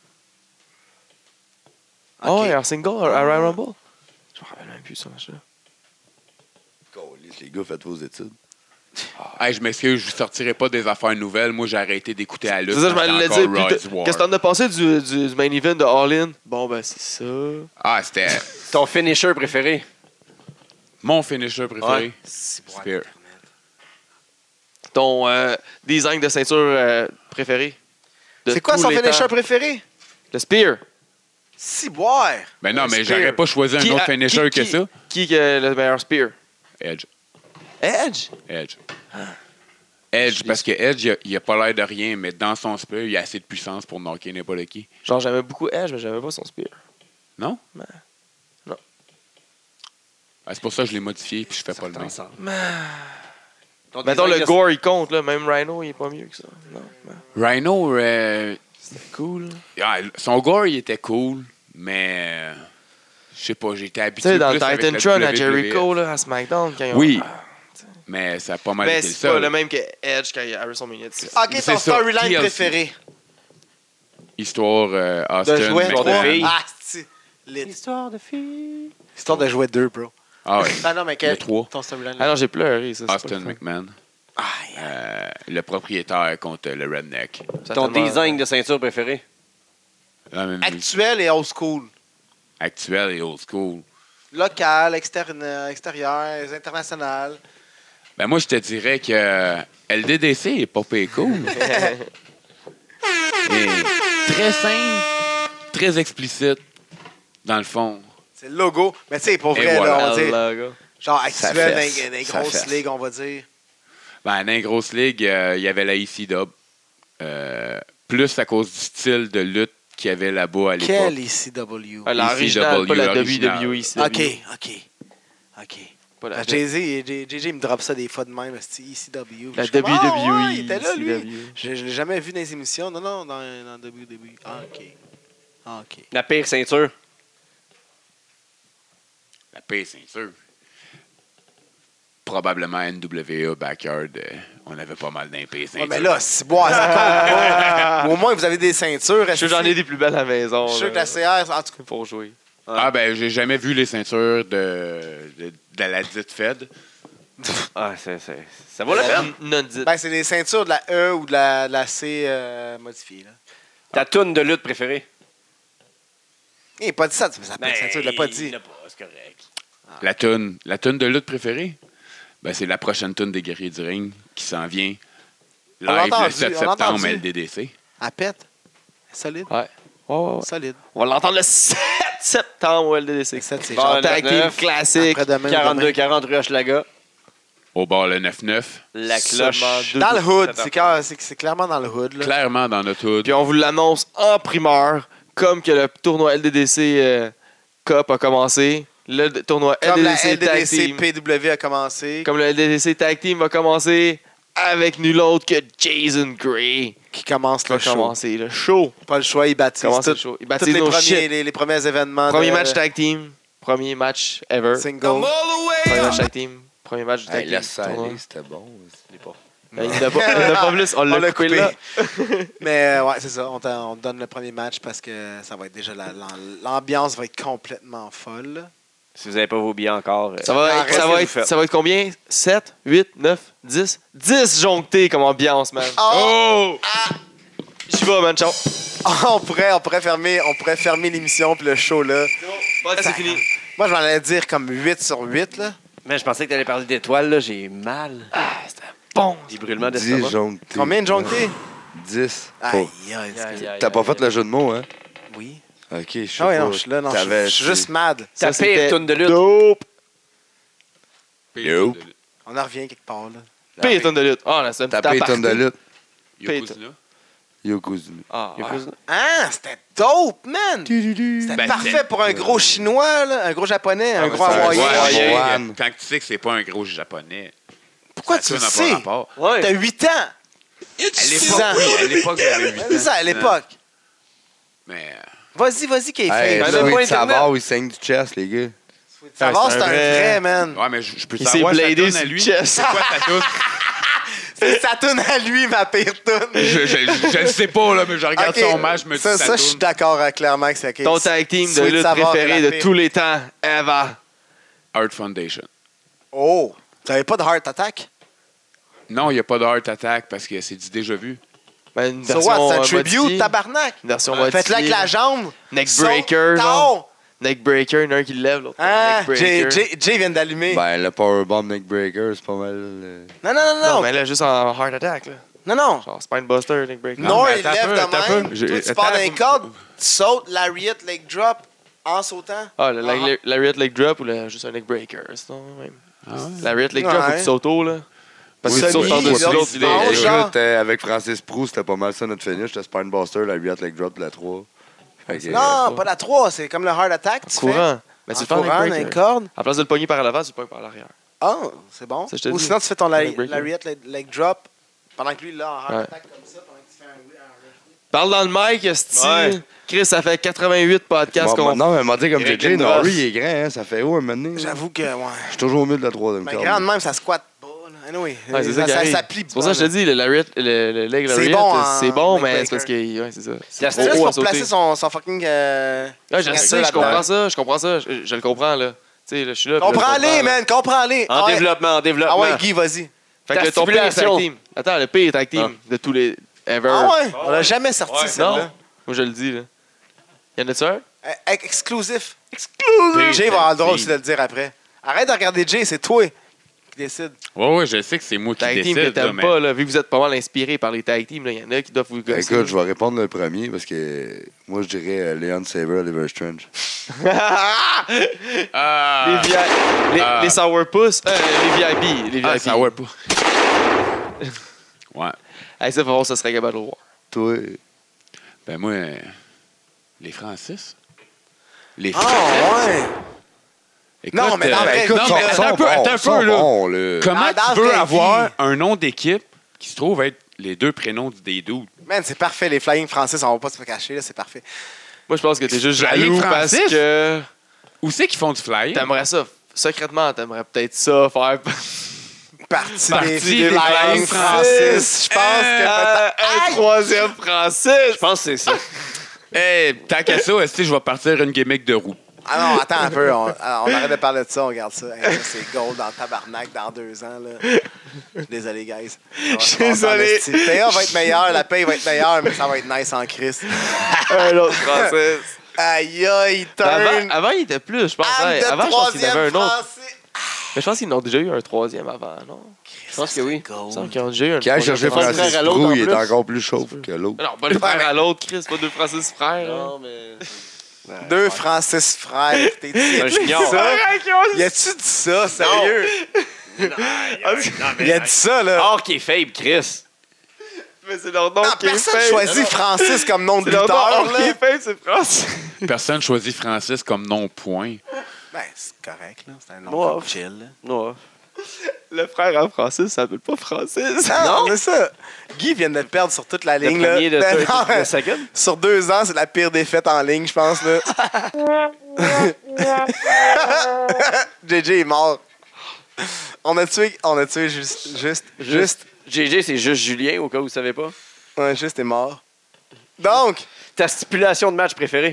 Oh, Ok. et en single, à Royal Rumble. Je me rappelle même plus ça, machin. Calisse, les gars, faites vos études. Hey, je m'excuse, je ne sortirai pas des affaires nouvelles. Moi, j'ai arrêté d'écouter la lutte. C'est ça, je quand m'allais c'était dire. encore Puis Rise t'as- War. Qu'est-ce que t'en as pensé du, du, du main event de All In? Bon, ben, c'est ça. Ah, c'était Ton finisher préféré. mon finisher préféré. C'est bon, Spear. Internet. Ton euh, design de ceinture euh, préféré? De C'est quoi tous son les finisher temps? préféré? Le Spear. Ciboire. Ben non, Un mais spear. j'aurais pas choisi un Qui autre a- finisher qui- que qui- ça. Qui qui a le meilleur Spear? Edge. Edge? Edge. Edge, parce que Edge, il a, il a pas l'air de rien, mais dans son spear, il a assez de puissance pour knocker n'importe qui. Genre, j'aimais beaucoup Edge, mais j'aimais pas son Spear. Non? Ben, non. Ah, c'est pour ça que je l'ai modifié puis je fais pas le même. Ton Mettons, design le de- gore, il compte, là. Même Rhino, il est pas mieux que ça. Non, ben, Rhino, euh, c'est cool. ah, son gore, il était cool, mais euh, je sais pas, j'ai été Tu habitué sais, dans le plus avec Titan la Tron à W W E. Jericho, là, à SmackDown, quand ils ont... Oui. Ah, Mais ça a pas mal mais été le c'est pas seul. le même que Edge quand il est à WrestleMania. tu sais. Ok, C'est ton ça. storyline T L C. préféré. Histoire euh, De Austin jouer Histoire de trois. filles. Ah, c'est lit. Histoire de fille. Histoire de jouer deux, bro. Ah ouais. Ah non, mais quel... Le trois. Ton storyline. Ah non, j'ai pleuré, ça. c'est pas Austin le fun. McMahon. Aïe. Euh, le propriétaire contre le redneck. Ça a Ton tellement- design de ceinture préféré. La même Actuel et old school. actuel et old school. Local, externe, extérieur, international. Ben moi, je te dirais que L D D C est pas payé cool. Mais très simple, très explicite, dans le fond. C'est le logo. Mais tu sais, pour Et vrai, voilà. là, on va dire, Ah, là, gars. genre Ça actuel fesse. dans les Ça grosses fesse. ligues, on va dire. Ben, dans les grosses ligues, euh, il y avait la E C W. Euh, plus à cause du style de lutte qu'il y avait là-bas à l'époque. Quel E C W? Ah, l'original, pas la W l'original. W E. c'est Ok, W. ok. Ok. Pas la, Ah, Jay-Z, J J il me drop ça des fois de même, c'est E C W. la Je suis comme, W W E. Ah, ouais, il était là, lui. C W. Je, je l'ai jamais vu dans les émissions. Non, non, dans, dans W W E. Ah, ok. Ah, ok. La pire ceinture. La paix, c'est sûr. Probablement N W A Backyard. euh, on avait pas mal d'impayés. Ouais, mais là, si bois, ça compte pas. Au moins, vous avez des ceintures. Je suis sûr que j'en ai des plus belles à la maison. Je suis sûr que là, la C R, en tout cas. pour jouer. Ah, ben, j'ai jamais vu les ceintures de, de, de la dite Fed. Ah, c'est, c'est, ça vaut la peine. Non dit. Ben, c'est des ceintures de la E ou de la, de la C euh, modifiée. Là. Ta toune de lutte préférée. Il n'a pas dit ça, ça s'appelle ceinture, il l'a pas dit. Il l'a pas, c'est correct. La toune. La toune de lutte préférée? Ben, c'est la prochaine toune des Guerriers du Ring qui s'en vient On l'a live le entendu, sept on l'a septembre entendu. L D D C. Elle pète. Solide. Ouais. Ouais, ouais, ouais. Solide. On va l'entendre le sept septembre au L D D C. Ça, c'est Bon, genre le Tag team neuf, classique. après-demain. quarante-deux demain. quarante rue Hochelaga. Au bar le neuf neuf. La cloche. Seulement deux- Dans le hood. sept C'est, clair- c'est, c'est clairement dans le hood. Là. Clairement dans notre hood. Puis on vous l'annonce en primeur, comme que le tournoi L D D C euh, Cup a commencé. Le d- tournoi Comme la L D D C L D D Tag C Team. P W a commencé. Comme le L D D C Tag Team va commencer avec nul autre que Jason Gray. Qui commence Qui va le show. commencer le show. Pas le choix, il baptise Commence tout- le show. Il tous baptise les nos premiers, shit. les, les premiers événements. Premier de match Tag Team. Premier match ever. single. Premier match tag team. Premier match du tag Hey, team. laisse ça tournoi. aller, c'était bon. Je l'ai pas. Ben, il n'y en a pas, il y en a pas plus. On l'a l'a coupé, coupé. là. Mais euh, ouais, c'est ça. On, t'en- on te donne le premier match parce que ça va être déjà la- l'am- l'ambiance va être complètement folle. là. Si vous n'avez pas vos billets encore, euh, Ça va, En être, reste, ça, que va vous être, faites. ça va être combien? sept, huit, neuf, dix? dix jonctés comme ambiance, man. Oh! J'y vais, man. Ciao. on pourrait, on pourrait fermer, on pourrait fermer l'émission puis le show là. C'est fini. Moi, je m'en allais dire comme huit sur huit là. mais je pensais que tu allais parler d'étoiles, là. J'ai mal. Ah, c'était bon. Des brûlements dix d'estomac. jonctés. Combien de jonctés? dix. Aïe, Oh. aïe, c'est- T'as pas fait le jeu de mots, hein? Oui. Ok, je sais Ah ouais, pas. non, je suis là, non, je T'avais- je suis juste mad. Ta Ça, pire c'était toune de lutte. Dope. Yo. On en revient quelque part là. Pire tonne de lutte. Ah, là, c'est un petit T'as payé tonne de aparté. lutte. Yokozuna. Yokozuna. Ah, ouais. Ah, c'était dope, man! C'était Ben, parfait c'était- pour un gros chinois, là, un gros japonais, un Ah, gros mais ça- hawaïen. ouais, Hawaïen. ouais, Hawaïen. Quand tu sais que c'est pas un gros japonais. Pourquoi ça tu le n'a pas sais? rapport. Ouais. T'as huit ans! À six l'époque, ans. oui, à l'époque, j'avais huit ans. C'est ça, à l'époque. Mais euh, Vas-y, vas-y, Kayfabe. Hey, Ben, Hey, le Sweet point Internet. Savard, il saigne du chest, les gars. ça va, c'est c'est un un vrai- vrai, man. ouais, mais je, je peux Il s'est savoir sa bladé toune sur à le lui. chest. C'est quoi ta toune? C'est sa toune à lui, ma pire toune. je, je, je le sais pas, là, mais je regarde Ok, son match, je me dis ça, sa ça, je suis toune. d'accord euh, clairement que c'est OK. Ton tag team de Sweet lutte Savard préféré est la de pire. tous les temps, ever. Art Foundation. Oh! Tu n'avais pas de heart attack? Non, il n'y a pas de Heart Attack parce que c'est du déjà vu. Ben, une So version what? C'est un euh, tribute, modifiée. tabarnak? Une version modifiée. Faites-le avec la jambe. Neckbreaker, Saute, genre. Neckbreaker, il y en a un qui le lève, l'autre. Ah, Jay, Neckbreaker. Jay, Jay vient d'allumer. Ben, le Powerbomb Neckbreaker, c'est pas mal. euh, non, non, non, Non, non. mais là, juste en heart attack, là. Non, non. Genre Spinebuster, Neckbreaker. Non, mais il attends lève un peu, de attends un même. peu. Je- Toi, tu attends, pars d'un vous- corde, tu sautes, Lariat, leg drop, en sautant. Ah, le Ah. la- Lariat Leg Drop ou le- juste un Neckbreaker, c'est non, même. Ah ouais? Lariat Leg Drop, faut que Ouais. tu sautes haut, là. Parce que Oui, tu sautes semi, par-dessus là, l'autre, tu il est- pars, il est- genre. Écoute, euh, avec Francis Proust, c'était pas mal ça notre finish. C'était Spinebuster, la huit leg drop de la trois. Fait que, Non, pas la trois, c'est comme le heart attack. Tu fais. courant. Mais tu En le fais en courant, dans les Neckbreaker. cordes. À place de le pogner par l'avant, tu le pognes par l'arrière. Ah, c'est bon. Ça, je te Ou dis. sinon, tu fais ton la- Neckbreaker. Lariat, leg, leg drop, pendant que lui, là, en heart Ouais. attack comme ça, pendant que tu fais un, un Parle dans le mic, esti. Ouais. Chris, ça fait quatre-vingt-huit podcasts Moi- qu'on moi- non, mais m'a dit comme Eric J J, Lindros. Nori, il est grand, hein, ça fait haut un moment donné. là. J'avoue que, ouais. Je suis toujours au milieu de la troisième Mais corde. grand de même, ça squatte pas. Là. Anyway, Ouais, c'est ça, ça, qui ça, arrive. ça plie C'est pour ça que je te dis, le, Lariat, le, le leg C'est Lariat, bon euh, en c'est bon, mais neckbreaker. c'est parce que. Ouais, c'est ça. C'est trop juste haut à pour sauter. placer son, son fucking. Euh, Ouais, je signature sais, je là-dedans. comprends ça, je comprends ça, je, je le comprends, là. Tu sais, là, je suis là. puis là, je Comprends-les, comprends, là. man, comprends-les. En Ah ouais. développement, en développement. Ah ouais, Guy, vas-y. Fait Ta que ton pire tag stipulation. team. Attends, le pire tag team de tous les. Ever. Ah ouais, on l'a jamais sorti, Ouais. Non, celle-là. moi je le dis, là. Y'en a-tu un? Euh, Exclusif. Exclusif. Jay va avoir le droit aussi de le dire après. Arrête de regarder Jay, c'est toi qui décide. Ouais, ouais, je sais que c'est moi qui Tag team décide. que là, t'aimes mais- pas, là, vu que vous êtes pas mal inspiré par les tag teams, il y en a qui doivent vous gosser. Écoute, je vais répondre le premier parce que moi, je dirais euh, Leon Saber, Oliver Strange. Ah, les, V I les, Ah. les Sourpuss, euh, les V I P. Les V I P. ah, ça ouais pas. Ouais. Hey, ça, faut voir, ça serait Battle War. Toi, Ben moi, euh, les Francis. Les Ah Francis. ouais. Écoute, Non, mais dans euh, la vraie écoute, vie, non, mais là. attends un peu, attends un sont peu, là. bons, là. Comment Dans- dans tu veux vraie avoir vie. un nom d'équipe qui se trouve être les deux prénoms des dudes? Man, c'est parfait. Les Flying Francis, on va pas se cacher, là, c'est parfait. Moi, je pense que t'es juste Flying jaloux parce Francis? que Où c'est qu'ils font du flying? t'aimerais ça. Secrètement, t'aimerais peut-être ça faire. Partie, Partie des, des des Flying Flying Francis. Je pense que Euh, peut-être. un troisième Francis. Je pense que c'est ça. Hey, tant qu'à ça, est-ce que je vais partir une gimmick de roue? Ah non, attends un peu. On, on arrête de parler de ça, on regarde ça. Hey, ça, c'est gold dans le tabarnak dans deux ans. Là. Désolé, guys. Ça va se passer en Désolé. esti. Le P A va être meilleur, la paye va être meilleure, mais ça va être nice en Christ. Un autre Francis. Aïe, aïe, turn. Avant, avant, il était plus, je pense. I'm Hey, the avant, je pense qu'il y en avait un troisième autre. Français. Mais je pense qu'ils en ont déjà eu un troisième avant, non? Je pense que oui. Il me semble qu'ils ont déjà eu un Qui a troisième cherché Francis. Francis frère à l'autre, Prou, en il est plus. encore plus chauve que l'autre. Non, pas le frère à l'autre, Chris, pas deux Francis frères. là. mais. Deux Francis frères. T'es Un junior. ça? Y a-tu dit ça, sérieux? Il a dit ça, là. Or qui est faible, Chris. Mais c'est leur nom Non, qui est personne faible. choisit Francis comme nom de C'est leur nom lutteur, or qui là. est faible, c'est Francis. Personne choisit Francis comme nom point. Ben, c'est correct, là. C'est un nom Ouais. comme chill, là. Ouais. Le frère à Francis s'appelle pas Francis. Non, c'est ça. Guy vient de perdre sur toute la Le ligne, premier de là. Ben, thirty non, seconds. sur deux ans, c'est la pire défaite en ligne, je pense, là. J J est mort. On a tué, on a tué juste, juste, juste. G G, c'est juste Julien, au cas où vous ne savez pas. Ouais, juste est mort. Donc, Ta stipulation de match préférée?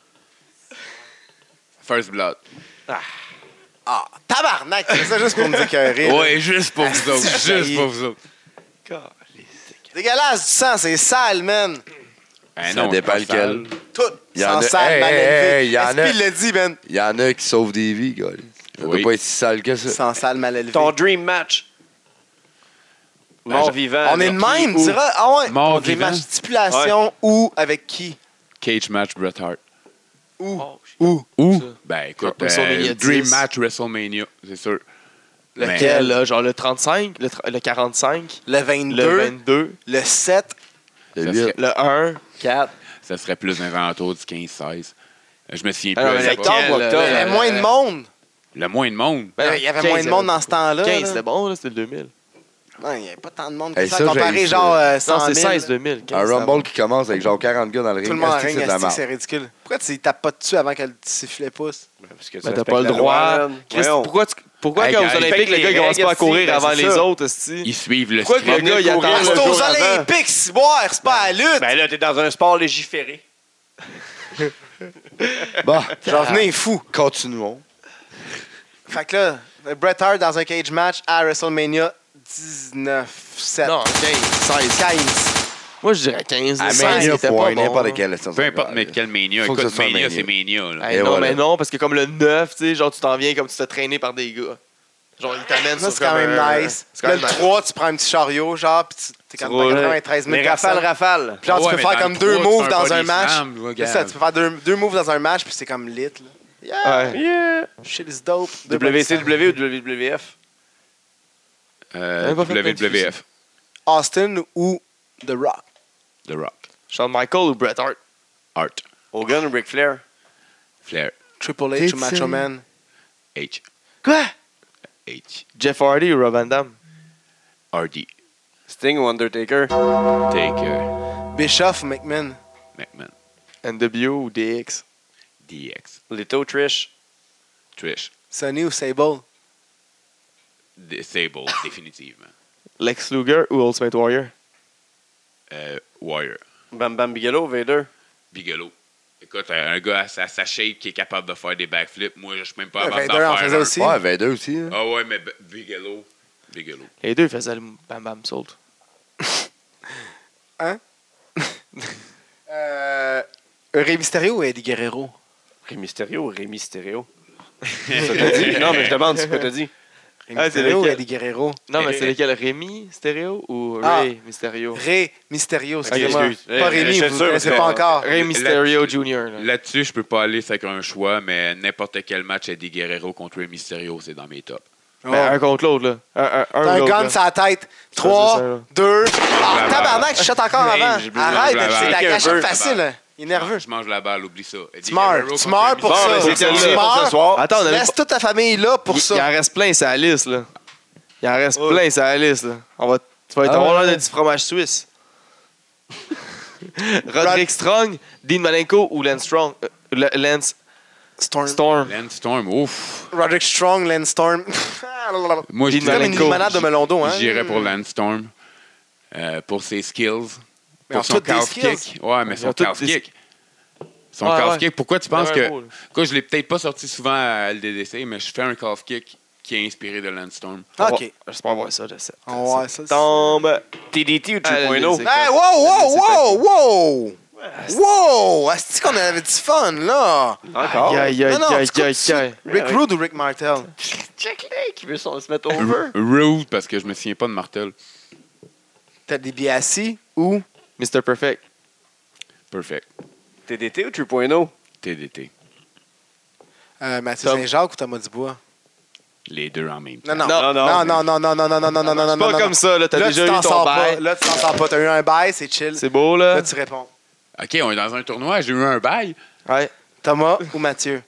First Blood. ah, tabarnak, c'est ça juste pour me décœurer. là. Ouais, juste pour vous autres. Juste pour vous autres. Dégueulasse du sang, c'est sale, man. Ben Ça non, dépend c'est pas lequel. sale. Tout. Il y en Sans a- sale, hey, mal hey, élevé. hey, il y en S P a- l'a dit, man. Il y en a qui sauvent des vies, gars. Ça Oui. doit pas être si sale que ça. Sans sale, mal élevé. Ton dream match? Mort vivant. On est de avec qui, même, où? tu dirais? Ah ouais. Mort On dit vivant. match stipulation ou avec qui? Cage match Bret Hart. Où? Oh, Où? Où? Ça. Ben écoute, WrestleMania euh, Dream dix. match WrestleMania, c'est sûr. Lequel, là? Genre le trente-cinq, le, tr- le quarante-cinq, Le le vingt-deux, vingt-deux, le sept. Le Ça huit. serait- le un. quatre. Ça serait plus un alentour du quinze seize. Je me souviens Ah non, plus. mais exactement. lequel, Octobre, là? octobre. Il y avait Le- moins de monde. Le moins de monde. Ben, Il y avait quinze, moins de monde dans ce temps-là. quinze, là. c'était bon, là, c'était le deux mille. Non, il n'y avait pas tant de monde que Hey, ça. ça, Comparé j'ai- genre euh, Non, cent c'est mille. seize deux mille. quinze, Un c'était bon. Rumble qui commence avec genre quarante gars dans le ring. Tout le monde en Asti, ring, c'est de la asti, merde. c'est ridicule. Pourquoi tu tapes pas dessus avant qu'elle siffle les pouces? Parce que tu Ben, t'as respectes pas le la droit. loi, man. Chris, Voyons. pourquoi, tu- pourquoi Hey, quand gars, aux il Olympiques, paye le gars, les il commence pas à règles, courir ben, avant c'est les ça. autres, esti? Ils suivent le Pourquoi que le script. gars, il courir attend le le C'est jour aux avant. Olympiques, c'est boire, c'est pas à la lutte. Ben là, t'es dans un sport légiféré. Bon, J'en venais fou. continuons. Fait que là, Bret Hart dans un cage match à WrestleMania dix-neuf sept. Non, quinze, seize. quinze. Moi, je dirais quinze. À seize, Mania, c'était point, pas bon. n'importe quel. Peu importe mais quel Mania. Faut que Écoute, ce soit Mania, Mania. c'est Mania. là. Hey, Et non, voilà. mais non, parce que comme le neuf, tu sais, genre, tu t'en viens comme tu te traîné par des gars. Genre, ils t'amènent Ça, sur c'est quand comme même un- nice. C'est quand Là, même le nice. trois, tu prends un petit chariot, genre, pis tu- t'es Tu comme roules. quatre-vingt-treize mille Mais rafale, personnes. rafale. Puis genre, tu Ouais, peux mais faire dans comme le deux trois, tu moves fais un dans body un match. slam, là, C'est ça, regarde. tu peux faire deux, deux moves dans un match, puis c'est comme lit, là. Yeah! Ouais. Yeah. Shit is dope. Deux W C body W ou W W F? Euh, T'avais pas fait W plein de W F. slams. Austin ou The Rock? The Rock. Shawn Michaels ou Bret Hart? Art. Hogan ou Ric Flair? Flair. Triple H ou T'es-tu- Macho Man? H. Quoi? H. Jeff Hardy ou Rob Van Damme? R D. Sting ou Undertaker? Taker. Bischoff ou McMahon? McMahon. N W O ou D X? D X. Lito, Trish? Trish. Sonny ou Sable? Disable, définitivement. Lex Luger ou Ultimate Warrior? Euh, Warrior. Bam Bam Bigelow, Vader? Bigelow. Écoute, un gars à sa, sa shape qui est capable de faire des backflips, moi, je suis même pas Ouais, capable d'en Vader en faire faisait un. aussi. Ouais, Vader aussi. hein. Ah ouais, mais B- Bigelow. Bigelow. Les deux faisaient le Bam Bam Salt. Euh, Rey Mysterio ou Eddie Guerrero? Rey Mysterio ou Rey Mysterio? Ça t'a dit? Non, mais je demande ce que t'as dit. Rey Ah, c'est Mysterio ou lequel? Eddie Guerrero? Non, mais Eh, c'est eh. lequel? Rémi Mysterio ou Ah. Ray Mysterio? Rey Mysterio, excusez-moi. excuse. Pas Eh, Rémi, je suis vous ne sûr, connaissez mais- pas encore. Ray Mysterio Junior là. Là-dessus, je peux pas aller avec un choix, mais n'importe quel match Eddie Guerrero contre Rey Mysterio, c'est dans mes tops. Ben, un contre l'autre, là. Un, un, un T'as ou un l'autre, gun là. sur la tête. c'est ça, trois, là. deux. la Ah, balle. tabarnak, je shot encore Hey, avant. j'ai besoin Arrête, de la c'est balle. la Check un gâchette peu. facile. là. Il est nerveux. Je mange la balle, oublie ça. Eddie Tu meurs. Guerrero Tu contre meurs Rey pour Bon, ça. mais c'est c'est celle-là. celle-là pour ce soir. Attends, on a Laisse toute ta famille là pour Il, ça. il en reste plein, c'est la liste, là. Il en reste Ouais. plein, c'est la liste, là. On va, tu vas Ah avoir ouais. l'air de du fromage suisse. Roderick Strong, Dean Malenko ou Lance Strong? Euh, Le- Lance Storm. Storm. Lance Storm, ouf. Roderick Strong, Lance Storm. Moi, je Dean C'est comme une Malenko. limonade de melon d'eau, hein? J'irais pour Lance Storm. Euh, pour ses skills. Mais en Pour son toutes des calf skills. kick. Ouais, mais Ils son ont toutes calf des- kick. Son Ouais, calf ouais. kick, pourquoi tu penses Ouais, que. un gros, là. Quoi, je l'ai peut-être pas sorti souvent à L D D C, mais je fais un calf kick qui est inspiré de Lance Storm. Ok. J'espère voir ça, je sais. On va voir ça. Tombe. T D T ou Allez, deux point oh? c'est- Hey, wow, wow, wow, wow! Wow! Est-ce qu'on avait du fun, là? Encore? Aïe, aïe, Non, non, aïe, tu aïe, coupes aïe. Rick Ouais. Rude ou Rick Martel? Check-le qui veut son- se mettre over. Rude, parce que je me souviens pas de Martel. T'as des Biassi ou mister Perfect. Perfect. T D T ou deux point oh? T D T. euh, Mathieu Tom. Saint-Jacques ou Thomas Dubois? Les deux en même temps. Non, non, Non, non, non, non, non, non, non, non, non, non, non, non, C'est pas non, comme non. ça, là. T'as Là, déjà tu eu t'en ton sors pas. bail. Là, tu t'en sors pas. T'as eu un bail, c'est chill. C'est beau, là. Là, tu réponds. OK, on est dans un tournoi, j'ai eu un bail. Ouais. Thomas ou Mathieu?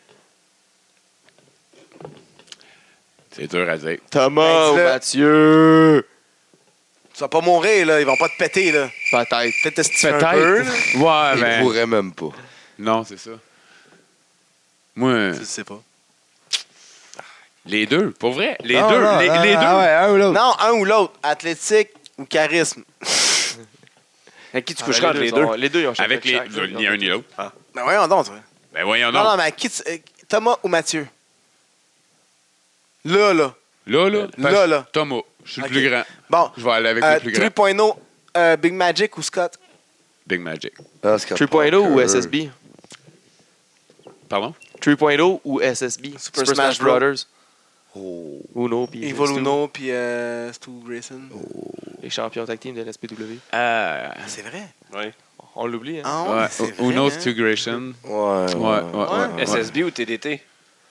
C'est dur à dire. Thomas Ben, ou dis-le. Mathieu. Tu vas pas mourir, là. Ils vont pas te péter, là. Peut-être. Peut-être te stimuler un peu, là. Ouais, Il ben. pourrait même pas. Non, c'est ça. Moi, Je sais pas. Les deux, pour vrai. Les Non, deux. non, les, non, les non, deux. ah ouais, un ou l'autre. Non, un ou l'autre. Athlétique ou charisme. Avec qui tu Ah, coucheras entre les deux? sont- Les deux, ils ont Avec les. chaque, là, Ni un ni l'autre. Ben voyons donc, toi. Ben voyons Non, donc. non, mais qui tu- euh, Thomas ou Mathieu? Là, là. Là, là. Là, parce- là. Thomas, je suis Ok. le plus grand. Bon. Je vais aller avec Euh, le plus grand. trois point oh, euh, Big Magic ou Scott? Big Magic. Ah, Scott trois point oh ou Parker. S S B? Pardon? trois point oh ou S S B? Super Super Smash Smash Brothers. Oh. Uno, puis Evil Stu. Uno puis euh, Stu Grayson. Les champions tag team de l'N S P W. Euh, Ah, c'est vrai? Ouais. On l'oublie, hein? Ah, ouais, ouais. c'est vrai, Uno, hein? Stu Grayson. Ouais, ouais, Ouais, ouais, ouais. S S B ou T D T?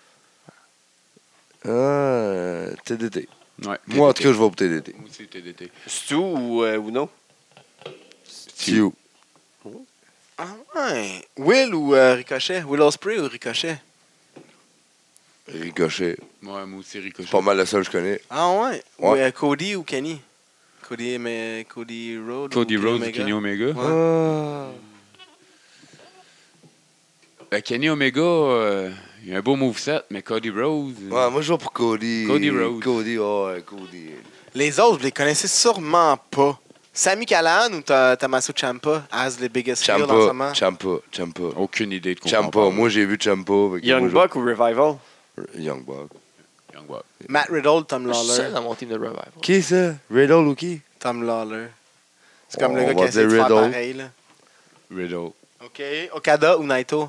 Ah, T D T. Ouais, Moi, en tout cas, je vais pour T D T. Moi aussi, T D T. Stu ou euh, Uno? Q. Ah, ouais. Will ou euh, Ricochet? Will Ospreay ou Ricochet? Ricochet. Ouais, moi aussi, Ricochet. C'est pas mal le seul que je connais. Ah, ouais. Ou Ouais. euh, Cody ou Kenny? Cody, mais, Cody Rhodes. Cody ou Rhodes, Omega? Kenny Omega. Ouais. Ah. Euh, Kenny Omega, euh, il a un beau moveset, mais Cody Rhodes. euh, Ouais, moi, je vais pour Cody. Cody Rhodes. Cody, ouais, Cody. Les autres, vous les connaissez sûrement pas. Sami Callihan ou Ta- Tommaso Ciampa as the biggest heel en ce Champa, moment? Champa, Champa. Aucune idée de quoi on Champa, parle. moi, j'ai vu Champa. avec- Young moi, Buck ou Revival? je- Young Buck. Young Buck. Matt Riddle, Tom Je suis seul Lawler. dans mon team de Revival. Qui ça? Riddle ou qui? Tom Lawler. C'est comme On le gars qui va a essayé de dire faire Riddle. pareil. Là. Riddle. OK. Okada ou Naito?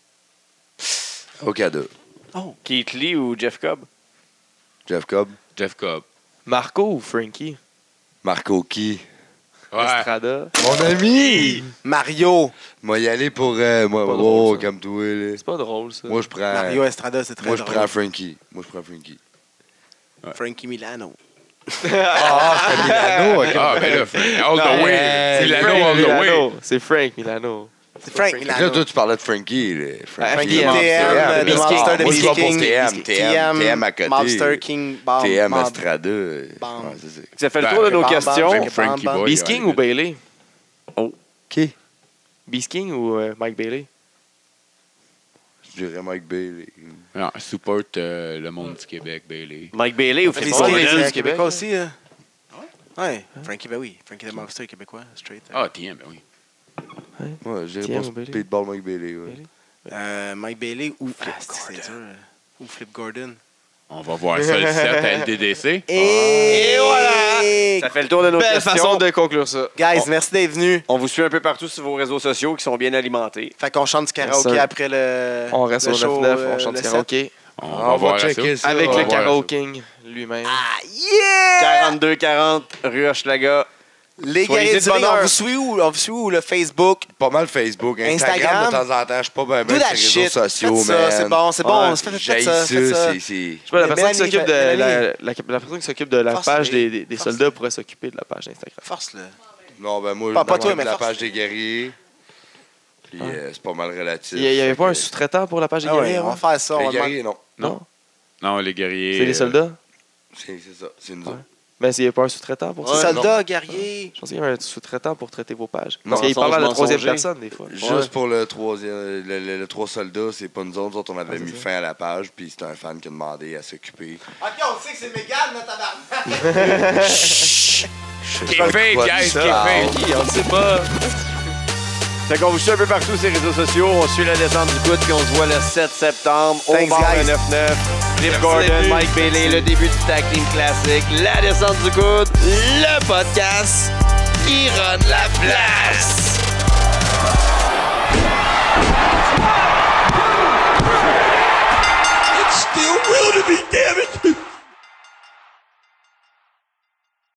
Okada. Oh. Keith Lee ou Jeff Cobb? Jeff Cobb. Jeff Cobb. Marco ou Frankie? Marco qui? Ouais. Estrada. Mon ami! Mario. Moi, y aller pour. Euh, moi, Pas oh, drôle, ça. comme toi, là. C'est pas drôle, ça. Moi, je prends. Mario Estrada, c'est très Moi, je drôle. prends Frankie. Moi, je prends Frankie. Frankie Milano. Ah, c'est Milano, ok. Ah, ben là, Frank, all Non, the way. euh, Milano Frank all the way. Milano. C'est Frank Milano. C'est Frank Fait que là, Milano. toi, tu parlais de Frankie, là. Ah, Frankie T M, T M, Monster. The Beast Monster King. de Moi, je Beast vais pour King. T M, T M, T M à côté. Monster King. Bam, T M bam. Estrada. Bam. Ouais, c'est ça. Ça fait le Ben, tour de nos bam, bam, questions. bam. Frankie Bam, bam. Boy. Beast King ou Bailey? Qui? Beast King ou euh, Mike Bailey? Je dirais Mike Bailey. Non, support euh, le monde du Québec, Bailey. Mike Bailey ou Beast Flip pas King, vrai, Gordon? c'est du Québec. Québécois aussi. Hein? Ouais. Frankie, ben oui. Frankie the Monster est québécois. Straight. Ah, T M, ben oui. Ouais, je Tiens, dirais ou pour Bailey? Speedball Mike Bailey. Ouais. Bailey? Euh, Mike Bailey ou Flip Ah, c'est dur. euh, Ou Flip Gordon. On va voir ça le sept à L D D C. Et, voilà! Ça fait le tour de nos Belle questions. façon de conclure ça. Guys, merci d'être venus. On vous suit un peu partout sur vos réseaux sociaux qui sont bien alimentés. Fait qu'on chante du karaoké Yes, sir. après le. On reste le au show, neuf neuf, euh, on chante le du sept. karaoké. On, On va va voir checker ça. ça. Avec on le va voir Karaoke King lui-même. Ah, yeah! quarante-deux quarante, rue Hochelaga. Les Soyez guerriers de du ring, bonheur. on vous suit où? On vous suit où? Le Facebook? Pas mal Facebook. Instagram, Instagram. de temps en temps, je suis pas bien Do bien that sur les shit. réseaux sociaux, Faites ça, man. c'est bon, c'est bon. Ouais, Faites- faites j'haïs ça, faites ça. c'est- c'est- Je sais pas, la personne qui Mélanie, s'occupe de la, Mélanie. la, la personne qui s'occupe de la Force page les- des, des, des force soldats les- pourrait s'occuper de la page d'Instagram. Force-le. Non, ben moi, Pas- je pas m'occupe toi, de mais la force. page des guerriers. Puis Ah. euh, c'est pas mal relatif. Il n'y avait Fait pas un que- sous-traitant pour la page des Ah ouais, guerriers on va avant? faire ça. On Les va demander- guerriers, non. Non. Non, les guerriers. C'est les euh, soldats? C'est c'est ça, c'est nous Ouais. autres. Mais il n'y a pas un sous-traitant pour C'est ça? Soldat, guerrier. Je pense qu'il y avait un sous-traitant pour traiter vos pages. Non, Parce qu'il parle à la mensonge troisième mensonger. personne, des fois. Juste pour le troisième, le, le- le trois soldats, c'est pas nous autres. Nous autres, on avait Ah, c'est mis ça. fin à la page, puis c'était un fan qui a demandé à s'occuper. Ok, on sait que c'est Mégane, notre tabarnak. Qui est fake, guys, qui est fake. Qui? On ne sait pas. Fait qu'on vous suit un peu partout sur les réseaux sociaux. On suit la descente du coude puis on se voit le sept septembre au Thanks, bar guys. neuf neuf. Flip Merci Gordon, d'être venu. Mike Bailey, le début du tag team classique, la descente du coude. Le podcast qui run la place. It's still real to me, damn it!